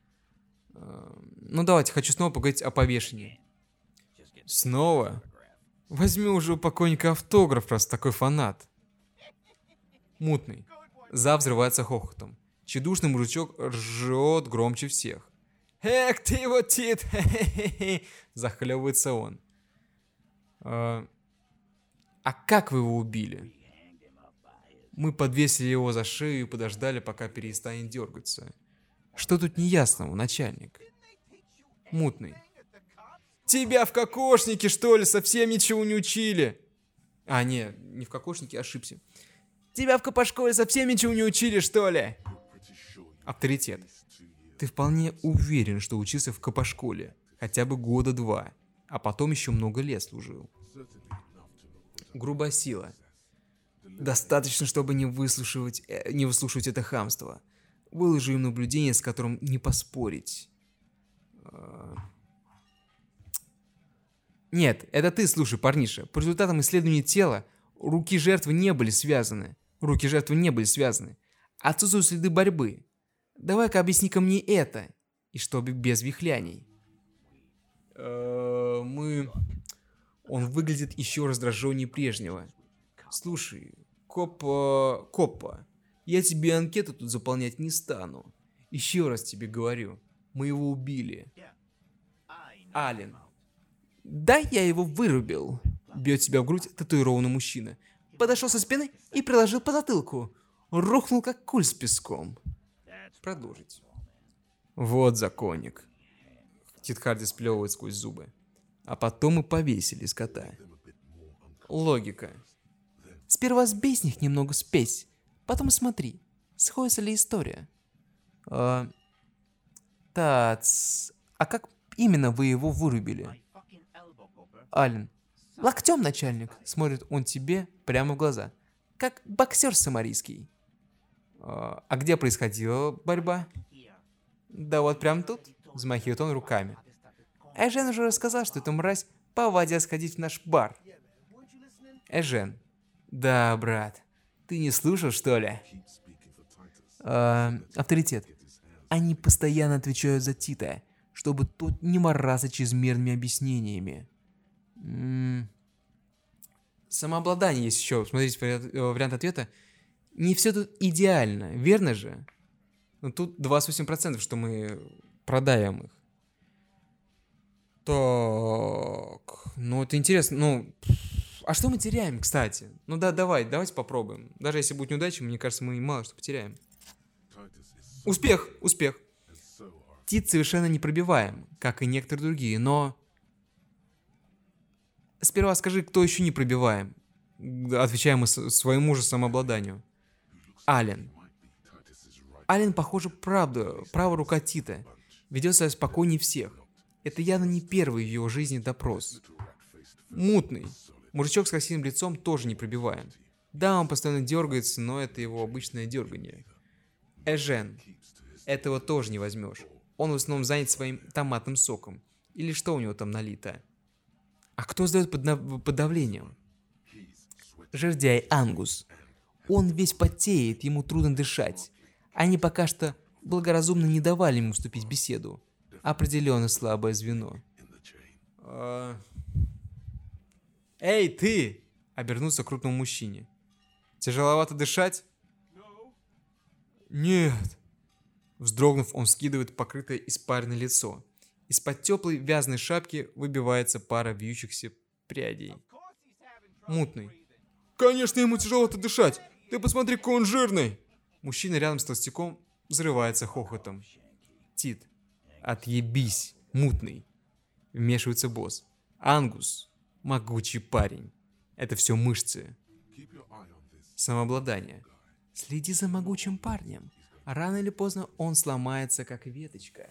Ну давайте, хочу снова поговорить о повешении. Снова? Возьми уже у покойника автограф, раз такой фанат. Мутный. Зав взрывается хохотом. Чедушный мужичок ржет громче всех. «Эх, ты его, Тит!» Захлебывается он. А, а как вы его убили? Мы подвесили его за шею и подождали, пока перестанет дергаться. Что тут неясного, начальник? Мутный. Тебя в кокошнике, что ли, совсем ничего не учили? А, не, не в кокошнике, ошибся. Тебя в капошколе совсем ничего не учили, что ли? Авторитет. Ты вполне уверен, что учился в капошколе хотя бы года два, а потом еще много лет служил. Грубая сила. Достаточно, чтобы не выслушивать, э, не выслушивать это хамство. Выложи им наблюдение, с которым не поспорить. Нет, это ты, слушай, парниша. По результатам исследования тела, руки жертвы не были связаны. Руки жертвы не были связаны. Отсутствуют следы борьбы. Давай-ка объясни-ка мне это. И чтобы без вихляний. Э, мы... Он выглядит еще раздраженнее прежнего. Слушай, Копа... Копа, я тебе анкету тут заполнять не стану. Еще раз тебе говорю. Мы его убили. Ален. Да, я его вырубил. Бьет себя в грудь татуированный мужчина. Подошел со спины и приложил по затылку. Рухнул, как куль с песком. Продолжить. Вот законник. Тит Харди сплевывает сквозь зубы. А потом мы повесили скота. Логика. Сперва сбей них немного спесь. Потом смотри, сходится ли история. А... Тац... А как именно вы его вырубили? Ален. Локтем, начальник. Смотрит он тебе прямо в глаза. Как боксер самарийский. А, а где происходила борьба? Да вот прям тут. Взмахивает он руками. Эжен уже рассказал, что эту мразь повадил сходить в наш бар. Эжен. Да, брат. Ты не слушал, что ли? А, авторитет. Они постоянно отвечают за Тита, чтобы тот не морался чрезмерными объяснениями. М-м- Самообладание есть еще. Смотрите вариант, вариант ответа. Не все тут идеально, верно же? Но тут двадцать восемь процентов, что мы продаем их. Так, ну это интересно, ну, а что мы теряем, кстати? Ну да, давай, давайте попробуем. Даже если будет неудача, мне кажется, мы мало что потеряем. Успех, успех. Тит совершенно непробиваем, как и некоторые другие, но... Сперва скажи, кто еще не пробиваем? Отвечаем мы своему же самообладанию. Ален. Ален, похоже, правда, правая рука Тита. Ведет себя спокойнее всех. Это явно не первый в его жизни допрос. Мутный. Мужичок с красивым лицом тоже не пробиваем. Да, он постоянно дергается, но это его обычное дергание. Эжен. Этого тоже не возьмешь. Он в основном занят своим томатным соком. Или что у него там налито? А кто сдает под, нав- под давлением? Жердяй Ангус. Он весь потеет, ему трудно дышать. Они пока что благоразумно не давали ему вступить в беседу. Определенно слабое звено. А... Эй, ты! Обернулся к крупному мужчине. Тяжеловато дышать? Нет. Вздрогнув, он скидывает покрытое испаренное лицо. Из-под теплой вязаной шапки выбивается пара вьющихся прядей. Мутный. Конечно, ему тяжело-то дышать. Ты посмотри, какой он жирный. Мужчина рядом с толстяком взрывается хохотом. Тит. Отъебись, мутный. Вмешивается босс. Ангус. Могучий парень. Это все мышцы. Самообладание. Следи за могучим парнем. Рано или поздно он сломается, как веточка.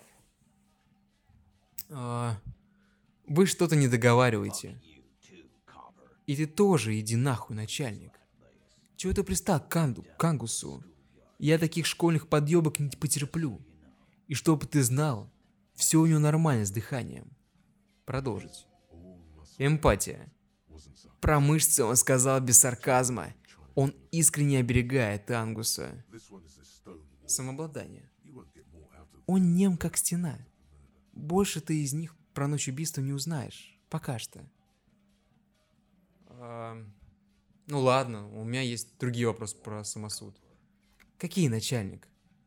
А, вы что-то не договариваете. И ты тоже иди нахуй, начальник. Чего ты пристал к Канду, к Ангусу? Я таких школьных подъебок не потерплю. И чтобы ты знал, все у него нормально с дыханием. Продолжить. Эмпатия. Про мышцы он сказал без сарказма. Он искренне оберегает Ангуса. Самообладание. Он нем как стена. Больше ты из них про ночь убийства не узнаешь. Пока что. А, ну ладно, у меня есть другие вопросы про самосуд. Какие, начальник?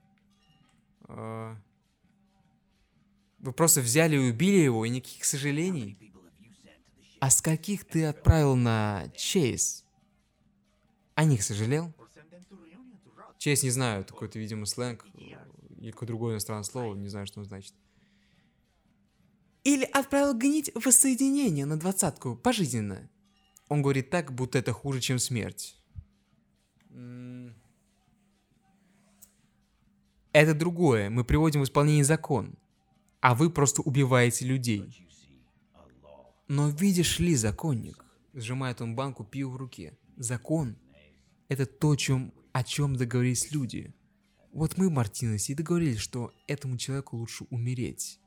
А, вы просто взяли и убили его, и никаких сожалений? А скольких ты отправил на Чейз? О них сожалел? Чейз не знаю, это какой-то, видимо, сленг. Или какое-то другое иностранное слово, не знаю, что он значит. Или отправил гнить в воссоединение на двадцатку, пожизненно. Он говорит так, будто это хуже, чем смерть. Это другое. Мы приводим в исполнение закон. А вы просто убиваете людей. Но видишь ли, законник, сжимает он банку пива в руке. Закон — это то, чем, о чем договорились люди. Вот мы, Мартинес, и договорились, что этому человеку лучше умереть.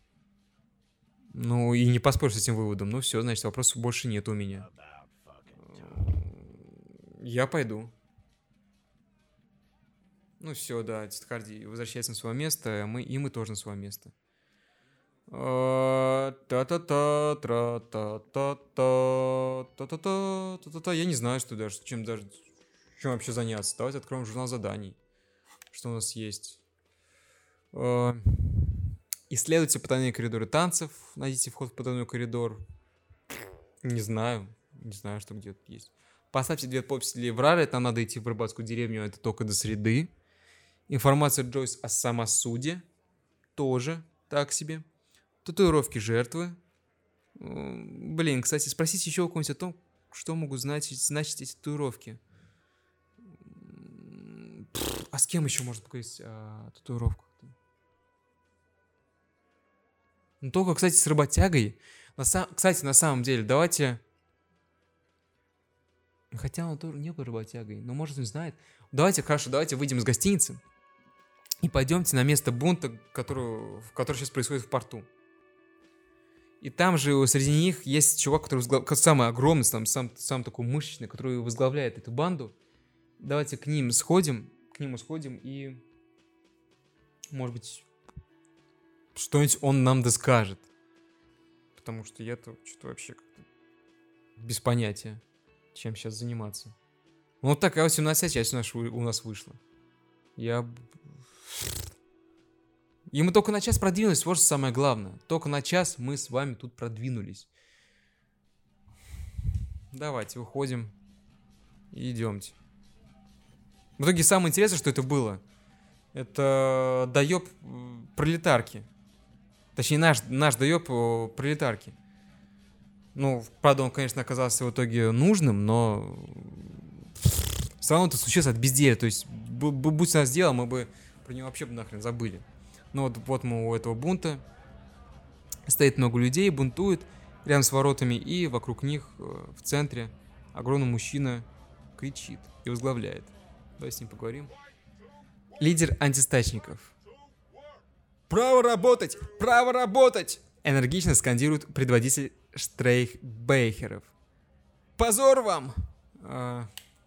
Ну, и не поспоришь с этим выводом. Ну все, значит, вопросов больше нет у меня. Я пойду. Ну все, да, Тит Харди возвращается на свое место, мы, и мы тоже на свое место. Та-та-та, тра-та-та-та, та-та-та, та-та-та. Я не знаю, что даже, чем даже, чем вообще заняться. Давайте откроем журнал заданий. Что у нас есть? Исследуйте потайные коридоры танцев. Найдите вход в потайной коридор. Не знаю. Не знаю, что где-то есть. Поставьте две подписи в Раре. Там надо идти в рыбацкую деревню. Это только до среды. Информация Джойс о самосуде. Тоже так себе. Татуировки жертвы. Блин, кстати, спросите еще у кого-нибудь о том, что могут значить, значить эти татуировки. А с кем еще можно поговорить о татуировках? Ну, только, кстати, с работягой. На сам... Кстати, на самом деле, давайте... Хотя он тоже не был работягой, но, может, он знает. Давайте, хорошо, давайте выйдем из гостиницы и пойдемте на место бунта, который, который сейчас происходит в порту. И там же среди них есть чувак, который возглав... самый огромный, сам, сам, сам такой мышечный, который возглавляет эту банду. Давайте к ним сходим, к нему сходим и, может быть, что-нибудь он нам доскажет. Потому что я-то что-то вообще как-то без понятия, чем сейчас заниматься. Ну, вот такая восемнадцатая часть у нас, у нас вышла. Я... И мы только на час продвинулись, вот что самое главное. Только на час мы с вами тут продвинулись. Давайте, выходим. И идемте. В итоге самое интересное, что это было. Это доеб э, пролетарки. Точнее, наш, наш доеб э, пролетарки. Ну, правда, он, конечно, оказался в итоге нужным, но все равно это случилось от безделия. То есть, б- б- будь у нас дело, мы бы про него вообще бы нахрен забыли. Ну вот, вот мы у этого бунта. Стоит много людей, бунтует рядом с воротами, и вокруг них э, в центре огромный мужчина кричит и возглавляет. Давай с ним поговорим. Лидер антистачников. Право работать! Право работать! Энергично скандирует предводитель штрейхбейхеров. Позор вам! А...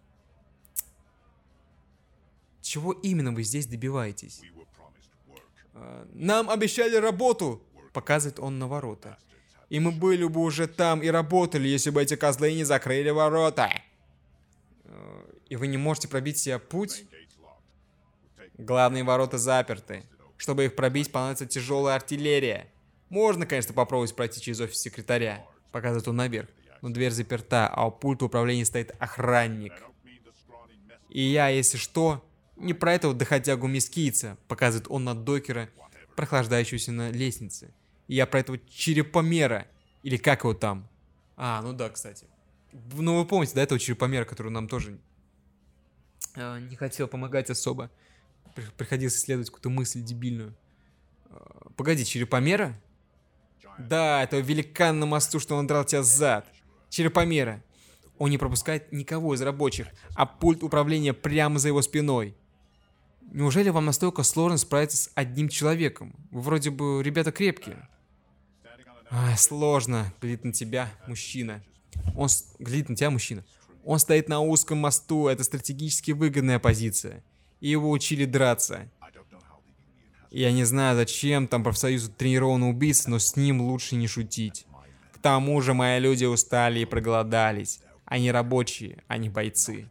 Чего именно вы здесь добиваетесь? А... Нам обещали работу! Показывает он на ворота. И мы были бы уже там и работали, если бы эти козлы не закрыли ворота. А... И вы не можете пробить себе путь? Главные ворота заперты. Чтобы их пробить, понадобится тяжелая артиллерия. Можно, конечно, попробовать пройти через офис секретаря. Показывает он наверх. Но дверь заперта, а у пульта управления стоит охранник. И я, если что, не про этого доходягу мискийца. Показывает он на докера, прохлаждающегося на лестнице. И я про этого черепомера. Или как его там? А, ну да, кстати. Ну вы помните, да, этого черепомера, который нам тоже э, не хотел помогать особо. Приходилось исследовать какую-то мысль дебильную. Погоди, черепомера? Да, это великан на мосту, что он драл тебя зад. Черепомера. Он не пропускает никого из рабочих, а пульт управления прямо за его спиной. Неужели вам настолько сложно справиться с одним человеком? Вы вроде бы ребята крепкие. А, сложно. Глядит на тебя мужчина. Он с... глядит на тебя мужчина. Он стоит на узком мосту, это стратегически выгодная позиция. И его учили драться. Я не знаю, зачем там профсоюзу тренированный убийца, но с ним лучше не шутить. К тому же мои люди устали и проголодались. Они рабочие, а не бойцы.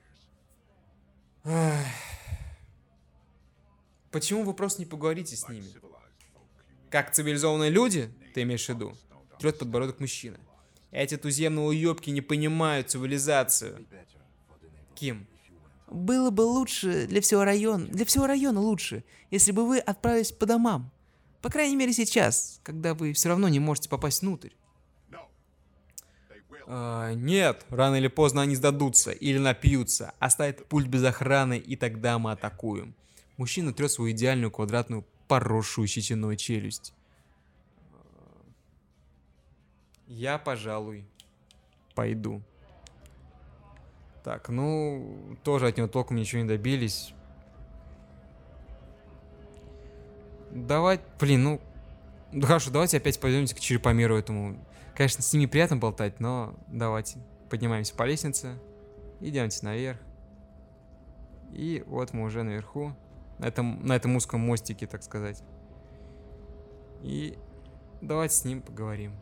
Ах. Почему вы просто не поговорите с ними? Как цивилизованные люди, ты имеешь в виду? Трет подбородок мужчина. Эти туземные уёбки не понимают цивилизацию. Ким? Было бы лучше для всего района, для всего района лучше, если бы вы отправились по домам. По крайней мере сейчас, когда вы все равно не можете попасть внутрь. А, нет, рано или поздно они сдадутся или напьются, оставят пульт без охраны, и тогда мы атакуем. Мужчина трет свою идеальную квадратную, поросшую щетиной челюсть. Я, пожалуй, пойду. Так, ну, тоже от него толком ничего не добились. Давай, блин, ну, ну хорошо, давайте опять пойдемте к черепомеру этому. Конечно, с ними приятно болтать, но давайте. Поднимаемся по лестнице, идемте наверх. И вот мы уже наверху, на этом, на этом узком мостике, так сказать. И давайте с ним поговорим.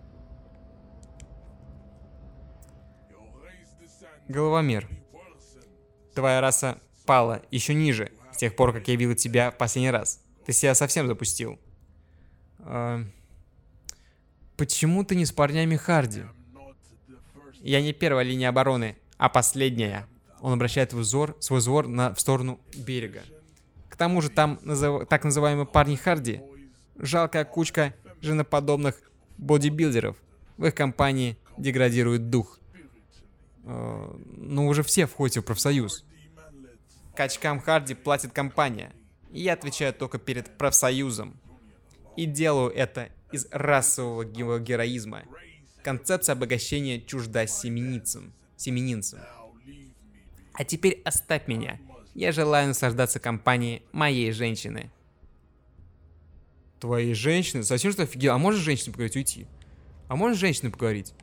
Головомер. Твоя раса пала еще ниже, с тех пор, как я видел тебя в последний раз. Ты себя совсем запустил. А... Почему ты не с парнями Харди? Я не первая линия обороны, а последняя. Он обращает свой взор, свой взор на, в сторону берега. К тому же там назыв... так называемые парни Харди. Жалкая кучка женоподобных бодибилдеров. В их компании деградирует дух. Ну, уже все входите в профсоюз. Качкам Харди платит компания. И я отвечаю только перед профсоюзом. И делаю это из расового героизма. Концепция обогащения чужда семенинцам. семенинцам. А теперь оставь меня. Я желаю наслаждаться компанией моей женщины. Твоей женщины? Совсем что офигел? А можешь с женщиной поговорить, уйти? А можешь с женщиной поговорить?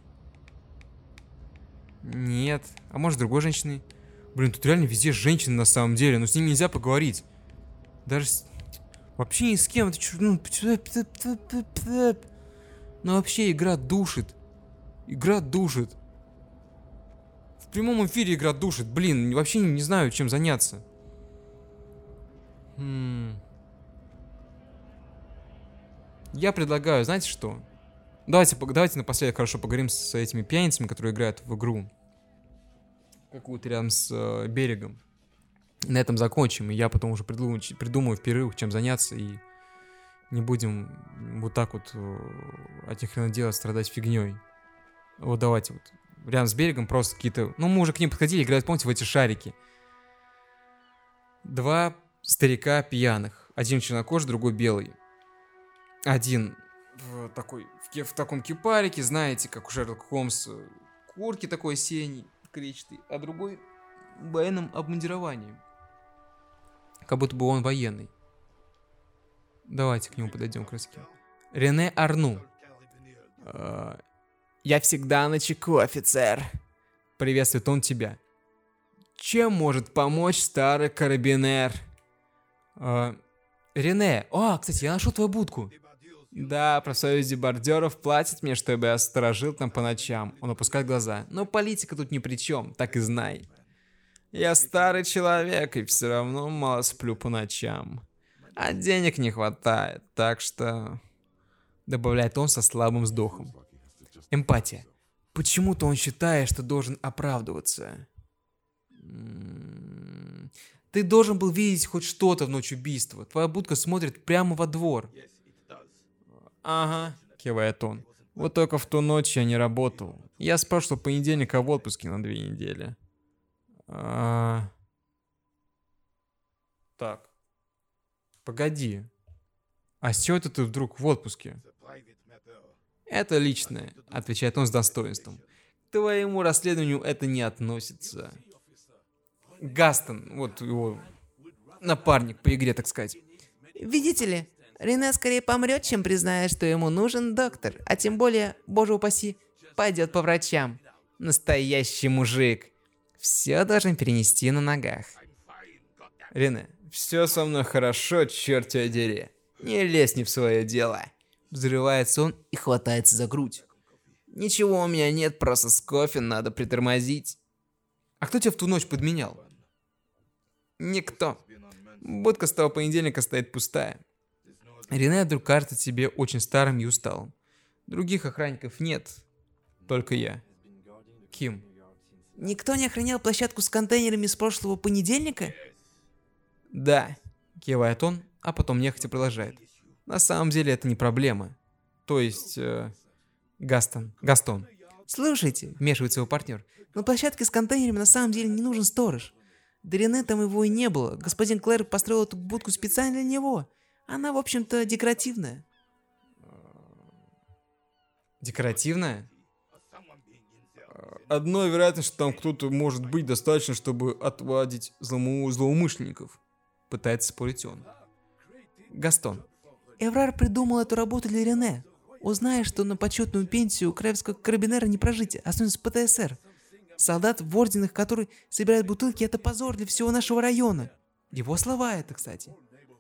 Нет. А может, с другой женщиной? Блин, тут реально везде женщины на самом деле, но с ними нельзя поговорить. Даже с... Вообще ни с кем. Это чё, ну... ну вообще игра душит. Игра душит. В прямом эфире игра душит. Блин, вообще не, не знаю, чем заняться. Хм. Я предлагаю, знаете что? Давайте, пог- давайте напоследок хорошо поговорим с этими пьяницами, которые играют в игру. Какую-то рядом с э, берегом. И на этом закончим, и я потом уже придумаю, ч- придумаю в перерывах, чем заняться, и не будем вот так вот э, от них хрена делать, страдать фигней. Вот давайте вот рядом с берегом просто какие-то... Ну, мы уже к ним подходили, играют, помните, в эти шарики. Два старика пьяных. Один чернокожий, другой белый. Один в, такой, в, ке- в таком кипарике, знаете, как у Шерлока Холмса, куртки такой синий, клетчатый, а другой в военном обмундировании. Как будто бы он военный. Давайте к нему подойдем к русски. Рене Арну. «Э, Я всегда на чеку, офицер. Приветствует он тебя. Чем может помочь старый карабинер? «Э, Рене, о, кстати, я нашел твою будку. Да, профсоюз дебардеров платит мне, чтобы я сторожил там по ночам. Он опускает глаза. Но политика тут ни при чем, так и знай. Я старый человек и все равно мало сплю по ночам. А денег не хватает, так что...» Добавляет он со слабым вздохом. Эмпатия. Почему-то он считает, что должен оправдываться. М, Ты должен был видеть хоть что-то в ночь убийства. Твоя будка смотрит прямо во двор. Ага, кивает он. Вот только в ту ночь я не работал. Я с прошлого понедельника в отпуске на две недели. А, Так, погоди. А с чего это ты вдруг в отпуске? Это личное, отвечает он с достоинством. К твоему расследованию это не относится. Гастон, вот его напарник по игре, так сказать. Видите ли, Рене скорее помрет, чем признает, что ему нужен доктор, а тем более, боже упаси, пойдет по врачам. Настоящий мужик. Все должен перенести на ногах. Рене, все со мной хорошо, черт тебя дери. Не лезь не в свое дело. Взрывается он и хватается за грудь. Ничего у меня нет, просто с кофе надо притормозить. А кто тебя в ту ночь подменял? Никто. Будка с того понедельника стоит пустая. Рене вдруг кажется тебе очень старым и усталым. Других охранников нет. Только я. Ким. Никто не охранял площадку с контейнерами с прошлого понедельника? Да. Кивает он, а потом нехотя продолжает. На самом деле это не проблема. То есть... Э, Гастон. Гастон. Слушайте, Вмешивается его партнер. на площадке с контейнерами на самом деле не нужен сторож. До Рене там его и не было. Господин Клэр построил эту будку специально для него. Она, в общем-то, декоративная. Декоративная? Одной вероятность, что там кто-то может быть достаточно, чтобы отвадить злому... злоумышленников. Пытается спорить он. Гастон. Эврар придумал эту работу для Рене. Узная, что на почетную пенсию краевского карабинера не прожить, особенно с ПТСР. Солдат в орденах, который собирает бутылки, это позор для всего нашего района. Его слова это, кстати.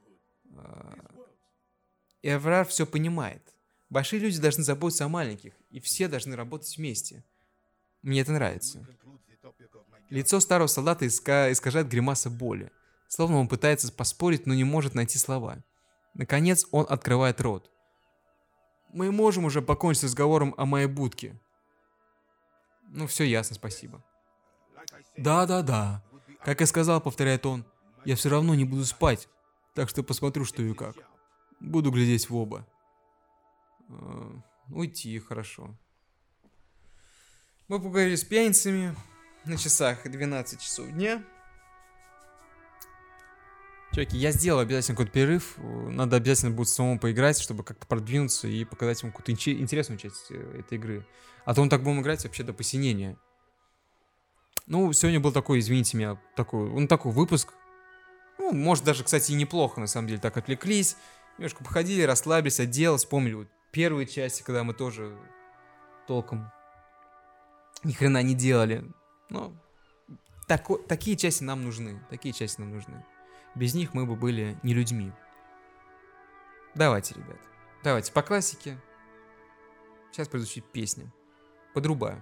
Эврар все понимает. Большие люди должны заботиться о маленьких, и все должны работать вместе. Мне это нравится. Лицо старого солдата иска... искажает гримаса боли. Словно он пытается поспорить, но не может найти слова. Наконец он открывает рот. Мы можем уже покончить с разговором о моей будке. Ну, все ясно, спасибо. Да-да-да. Как я сказал, повторяет он, я все равно не буду спать, так что посмотрю, что и как. Буду глядеть в оба. Э, Уйти, хорошо. Мы поговорили с пьяницами. На часах двенадцать часов дня. Чуваки, я сделал обязательно какой-то перерыв. Надо обязательно будет самому поиграть, чтобы как-то продвинуться и показать вам какую-то инч- интересную часть э, этой игры. А то мы так будем играть вообще до посинения. Ну, сегодня был такой, извините меня, такой, ну, такой выпуск. Ну, может, даже, кстати, и неплохо, на самом деле. Так отвлеклись, немножко походили, расслабились, от дела, вспомнили вот первые части, когда мы тоже толком ни хрена не делали. Но тако- такие части нам нужны, такие части нам нужны. Без них мы бы были не людьми. Давайте, ребят. Давайте по классике. Сейчас предыдущая песня. Подрубаю.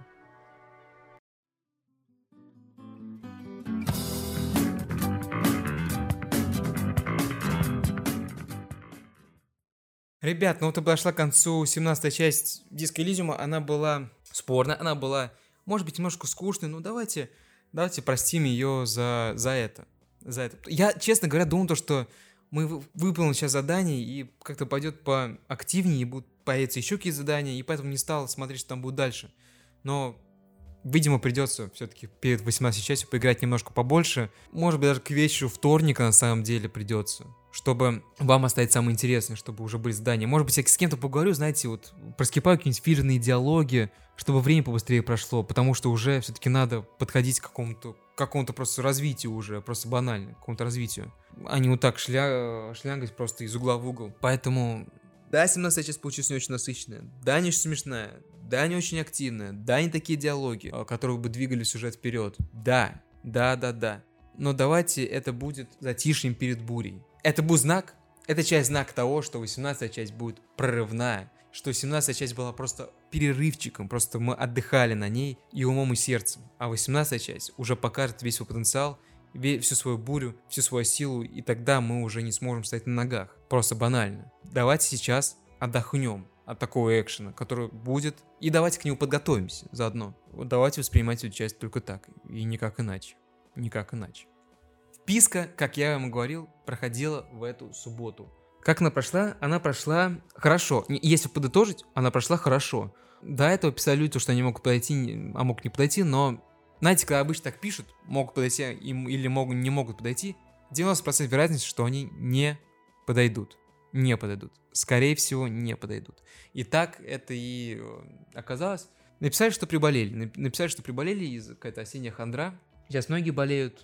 Ребят, ну вот и подошла к концу семнадцатая часть Disco Elysium. Она была спорная, она была, может быть, немножко скучной, но давайте, давайте простим ее за, за это. За это. Я, честно говоря, думал, то, что мы вы- выполним сейчас задание, и как-то пойдет поактивнее, и будут появиться еще какие-то задания, и поэтому не стал смотреть, что там будет дальше. Но, видимо, придется все-таки перед восемнадцатой частью поиграть немножко побольше. Может быть, даже к вечеру вторника на самом деле придется, чтобы вам оставить самое интересное, чтобы уже были задания. Может быть, я с кем-то поговорю, знаете, вот проскипаю какие-нибудь фирменные диалоги, чтобы время побыстрее прошло, потому что уже все-таки надо подходить к какому-то, к какому-то просто развитию уже, просто банально, к какому-то развитию, а не вот так шля... шлягать просто из угла в угол. Поэтому, да, семнадцатая часть получилась не очень насыщенная, да, не очень смешная, да, не очень активная, да, не такие диалоги, а, которые бы двигали сюжет вперед, да, да, да, да. Но давайте это будет затишьем перед бурей. Это будет знак, это часть знак того, что восемнадцатая часть будет прорывная, что семнадцатая часть была просто перерывчиком, просто мы отдыхали на ней и умом, и сердцем. А восемнадцатая часть уже покажет весь свой потенциал, ве- всю свою бурю, всю свою силу, и тогда мы уже не сможем стоять на ногах. Просто банально. Давайте сейчас отдохнем от такого экшена, который будет, и давайте к нему подготовимся заодно. Вот давайте воспринимать эту часть только так, и никак иначе. Никак иначе. Вписка, как я вам говорил, проходила в эту субботу. Как она прошла? Она прошла хорошо. Не- Если подытожить, она прошла хорошо. До этого писали люди, что они могут подойти, не- а могут не подойти, но, знаете, когда обычно так пишут, могут подойти им или могут, не могут подойти, девяносто процентов вероятности, что они не подойдут. Не подойдут. Скорее всего, не подойдут. И так это и э, оказалось. Написали, что приболели. Нап- Написали, что приболели из какая-то осенняя хандра. Сейчас многие болеют.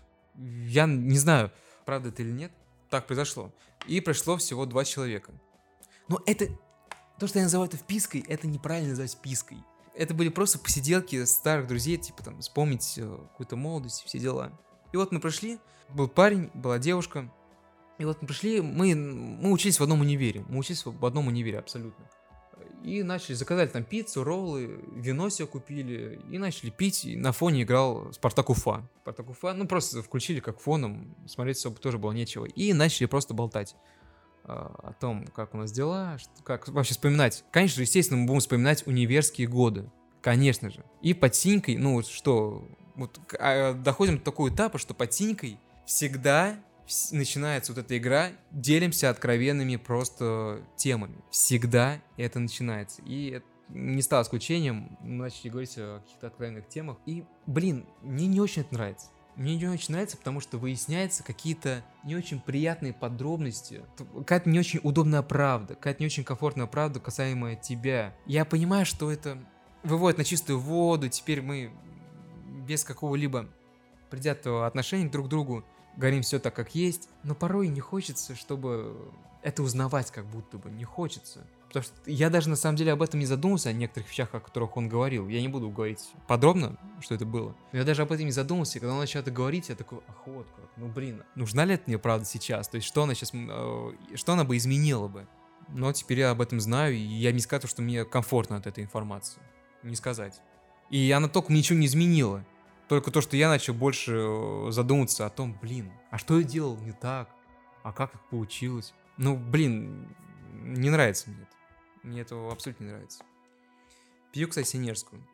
Я не знаю, правда это или нет. Так произошло. И пришло всего два человека. Но это... То, что я называю это впиской, это неправильно называть впиской. Это были просто посиделки старых друзей, типа там вспомнить э, какую-то молодость, все дела. И вот мы пришли, был парень, была девушка. И вот мы пришли, мы, мы учились в одном универе. Мы учились в одном универе абсолютно. И начали, заказали там пиццу, роллы, вино себе купили. И начали пить, и на фоне играл Спартак Уфа. Спартак Уфа, ну просто включили как фоном, смотреть особо тоже было нечего. И начали просто болтать а, о том, как у нас дела, что- как вообще вспоминать. Конечно же, естественно, мы будем вспоминать универские годы. Конечно же. И под синькой, ну вот что, вот к- а, доходим до такого этапа, что под синькой всегда вс- начинается вот эта игра, делимся откровенными просто темами. Всегда это начинается. И это не стало исключением, мы начали говорить о каких-то откровенных темах. И, блин, мне не очень это нравится. Мне не очень нравится, потому что выясняются какие-то не очень приятные подробности. Т- Какая-то не очень удобная правда, какая-то не очень комфортная правда, касаемая тебя. Я понимаю, что это выводит на чистую воду, теперь мы без какого-либо предвзятого отношения друг к другу говорим все так, как есть, но порой не хочется, чтобы это узнавать как будто бы, не хочется. Потому что я даже на самом деле об этом не задумывался, о некоторых вещах, о которых он говорил. Я не буду говорить подробно, что это было. Но я даже об этом не задумывался, и когда он начал это говорить, я такой, ах, вот как, ну блин, нужна ли это мне правда сейчас? То есть что она сейчас, э, что она бы изменила бы? Но теперь я об этом знаю, и я не скажу, что мне комфортно от этой информации. Не сказать. И она только ничего не изменила. Только то, что я начал больше э, задумываться о том, блин, а что я делал не так? А как так получилось? Ну, блин, не нравится мне это. Мне это абсолютно не нравится. Пью, кстати, синерскую.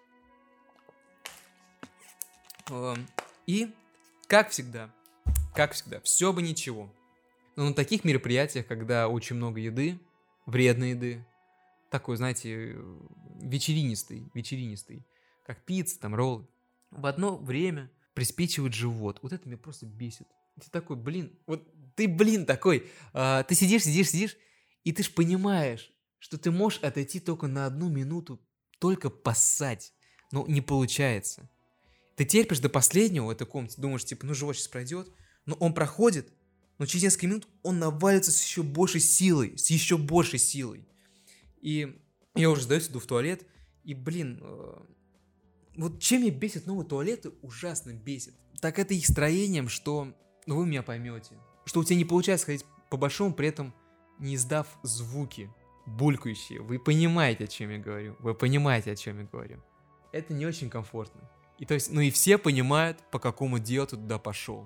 Эм, И, как всегда, как всегда, все бы ничего. Но на таких мероприятиях, когда очень много еды, вредной еды, такой, знаете, э, вечеринистый, вечеринистый, как пицца, там, роллы, в одно время приспичивает живот. Вот это меня просто бесит. Ты такой, блин, вот ты, блин, такой, а, ты сидишь, сидишь, сидишь, и ты ж понимаешь, что ты можешь отойти только на одну минуту, только поссать. Но не получается. Ты терпишь до последнего в этой комнате, думаешь, типа, ну живот сейчас пройдет, но он проходит, но через несколько минут он навалится с еще большей силой, с еще большей силой. И я уже сдаюсь, иду в туалет, и, блин, э, вот чем меня бесит новые туалеты, ужасно бесит. Так это их строением, что, ну вы меня поймете, что у тебя не получается ходить по-большому, при этом не издав звуки булькающие. Вы понимаете, о чем я говорю. Вы понимаете, о чем я говорю. Это не очень комфортно. И то есть, ну и все понимают, по какому делу ты туда пошел.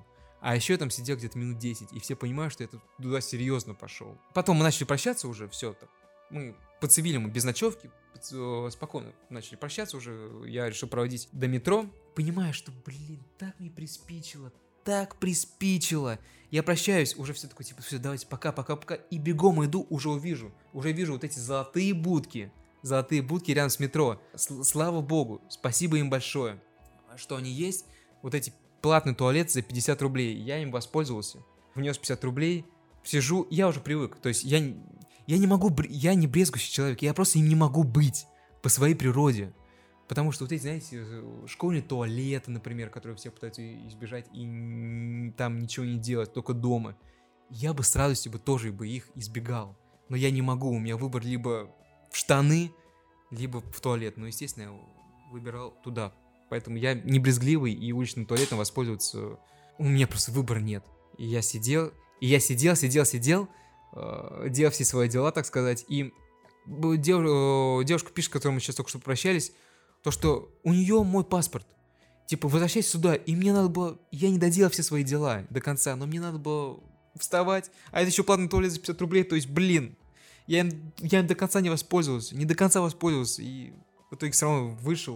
А еще я там сидел где-то минут десять, и все понимают, что я туда серьезно пошел. Потом мы начали прощаться уже, все так. Мы по-цивильному, без ночевки, спокойно начали прощаться уже. Я решил проводить до метро. Понимаю, что, блин, так мне приспичило, так приспичило. Я прощаюсь, уже все такое, типа, все, давайте, пока, пока, пока. И бегом иду, уже увижу, уже вижу вот эти золотые будки. Золотые будки рядом с метро. С- слава богу, спасибо им большое, что они есть. Вот эти платный туалет за пятьдесят рублей. Я им воспользовался. Внес пятьдесят рублей. Сижу, я уже привык. То есть я, я не могу, я не брезгующий человек. Я просто им не могу быть по своей природе. Потому что вот эти, знаете, школьные туалеты, например, которые все пытаются избежать и там ничего не делать, только дома. Я бы с радостью бы тоже бы их избегал. Но я не могу. У меня выбор либо в штаны, либо в туалет. Но, естественно, я выбирал туда. Поэтому я не брезгливый, и уличным туалетом воспользоваться у меня просто выбора нет. И я сидел, и я сидел, сидел, сидел, э, делал все свои дела, так сказать, и дев, э, девушка пишет, с которой мы сейчас только что прощались, то, что у нее мой паспорт. Типа, возвращайся сюда, и мне надо было, я не доделал все свои дела до конца, но мне надо было вставать, а это еще платный туалет за пятьдесят рублей, то есть, блин, я им, я им до конца не воспользовался, не до конца воспользовался, и в итоге все равно вышел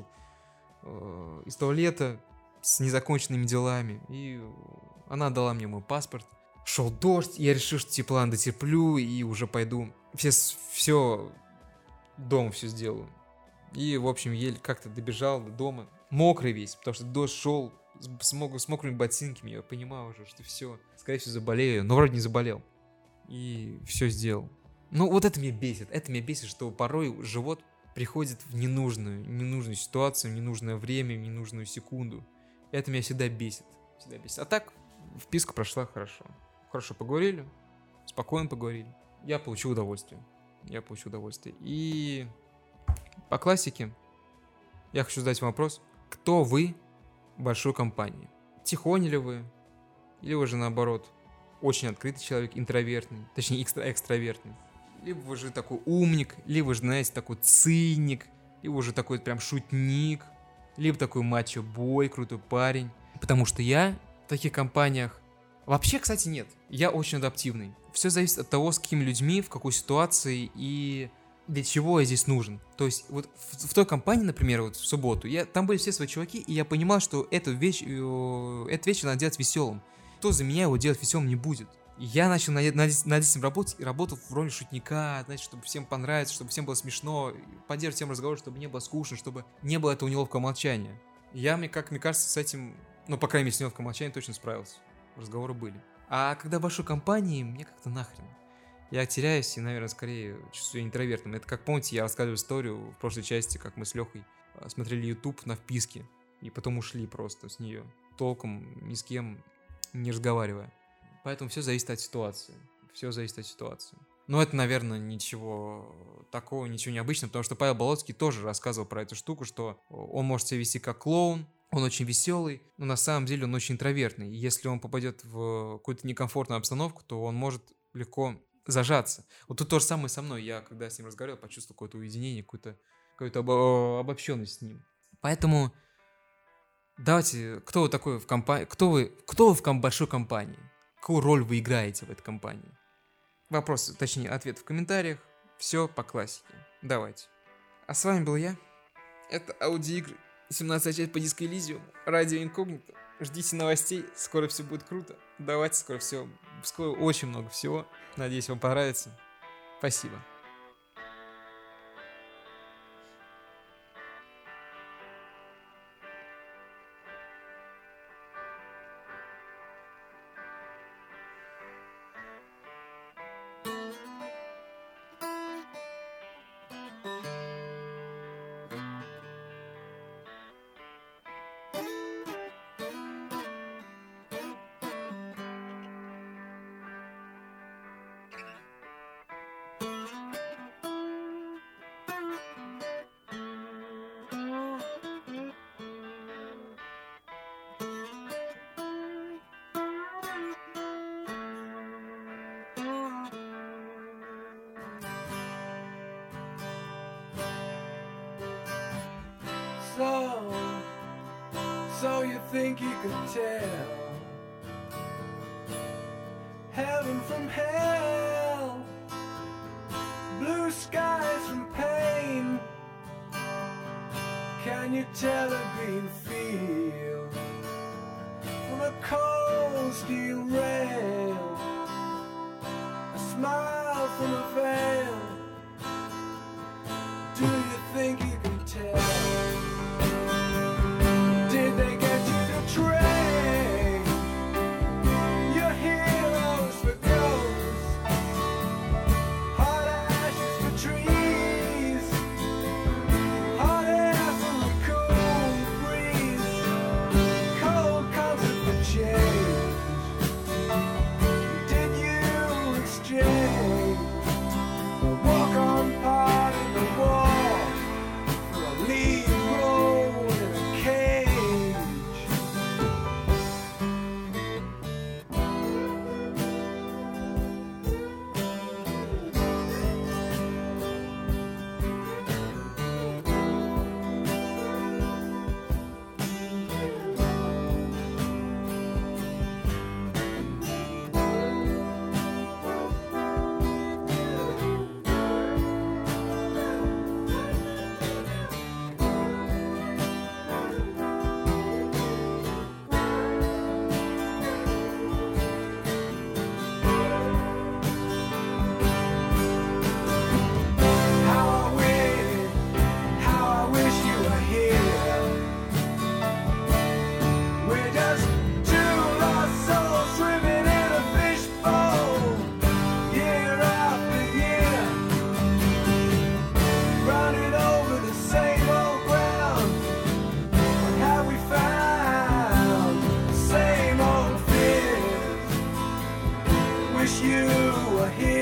из туалета с незаконченными делами, и она дала мне мой паспорт. Шел дождь, я решил, что типа ладно, дотерплю и уже пойду. Все, все дома все сделаю. И, в общем, еле как-то добежал до дома. Мокрый весь, потому что дождь шел с, мок- с мокрыми ботинками. Я понимал уже, что все, скорее всего, заболею. Но вроде не заболел. И все сделал. Ну, вот это меня бесит. Это меня бесит, что порой живот приходит в ненужную, ненужную ситуацию, в ненужное время, в ненужную секунду. Это меня всегда бесит. Всегда бесит. А так, вписка прошла хорошо. Хорошо поговорили, спокойно поговорили. Я получил удовольствие. Я получил удовольствие. И по классике я хочу задать вам вопрос. Кто вы в большой компании? Тихоня ли вы? Или вы же наоборот очень открытый человек, интровертный, точнее экстра- экстравертный? Либо вы же такой умник, либо вы же, знаете, такой циник, либо вы же такой прям шутник, либо такой мачо-бой, крутой парень. Потому что я в таких компаниях... Вообще, кстати, нет. Я очень адаптивный. Все зависит от того, с какими людьми, в какой ситуации и для чего я здесь нужен. То есть вот в, в той компании, например, вот в субботу, я, там были все свои чуваки, и я понимал, что эту вещь, э, этот вечер надо делать веселым. Кто за меня его делать веселым не будет. Я начал над, над, над этим работать и работал в роли шутника, знаете, чтобы всем понравиться, чтобы всем было смешно, поддерживать всем разговор, чтобы не было скучно, чтобы не было этого неловкого молчания. Я, мне, как мне кажется, с этим, ну, по крайней мере, с неловким молчанием точно справился. Разговоры были. А когда в большой компании, мне как-то нахрен. Я теряюсь и, наверное, скорее чувствую себя интровертным. Это как, помните, я рассказывал историю в прошлой части, как мы с Лехой смотрели YouTube на вписке, и потом ушли просто с нее, толком ни с кем не разговаривая. Поэтому все зависит от ситуации. Все зависит от ситуации. Но это, наверное, ничего такого, ничего необычного, потому что Павел Болоцкий тоже рассказывал про эту штуку, что он может себя вести как клоун, он очень веселый, но на самом деле он очень интровертный. И если он попадет в какую-то некомфортную обстановку, то он может легко зажаться. Вот тут то же самое со мной. Я, когда с ним разговаривал, почувствовал какое-то уединение, какую-то, какую-то обо- обобщенность с ним. Поэтому давайте, кто вы такой в компании, кто вы, кто вы в ком- большой компании? Какую роль вы играете в этой компании? Вопросы, точнее, ответ в комментариях. Все по классике. Давайте. А с вами был я. Это аудиоигры. семнадцатая часть по Disco Elysium. Радио Инкогнито. Ждите новостей. Скоро все будет круто. Давайте, скоро все. Скоро очень много всего. Надеюсь, вам понравится. Спасибо. So, so you think you could tell heaven from hell, blue skies from pain. Can you tell a green field from a cold steel rail? A smile from a veil. Do you think you can tell? Did they get you to trade your heroes for ghosts? Hot ashes for trees, hot air from a cool breeze, cold comfort for change. Did you exchange the walk-on part of the wall for a lead role in a cage? How I wish, how I wish you were here. We're just two lost souls swimming in a fishbowl, year after year, running over the same old ground. What have we found? The same old fears. Wish you were here.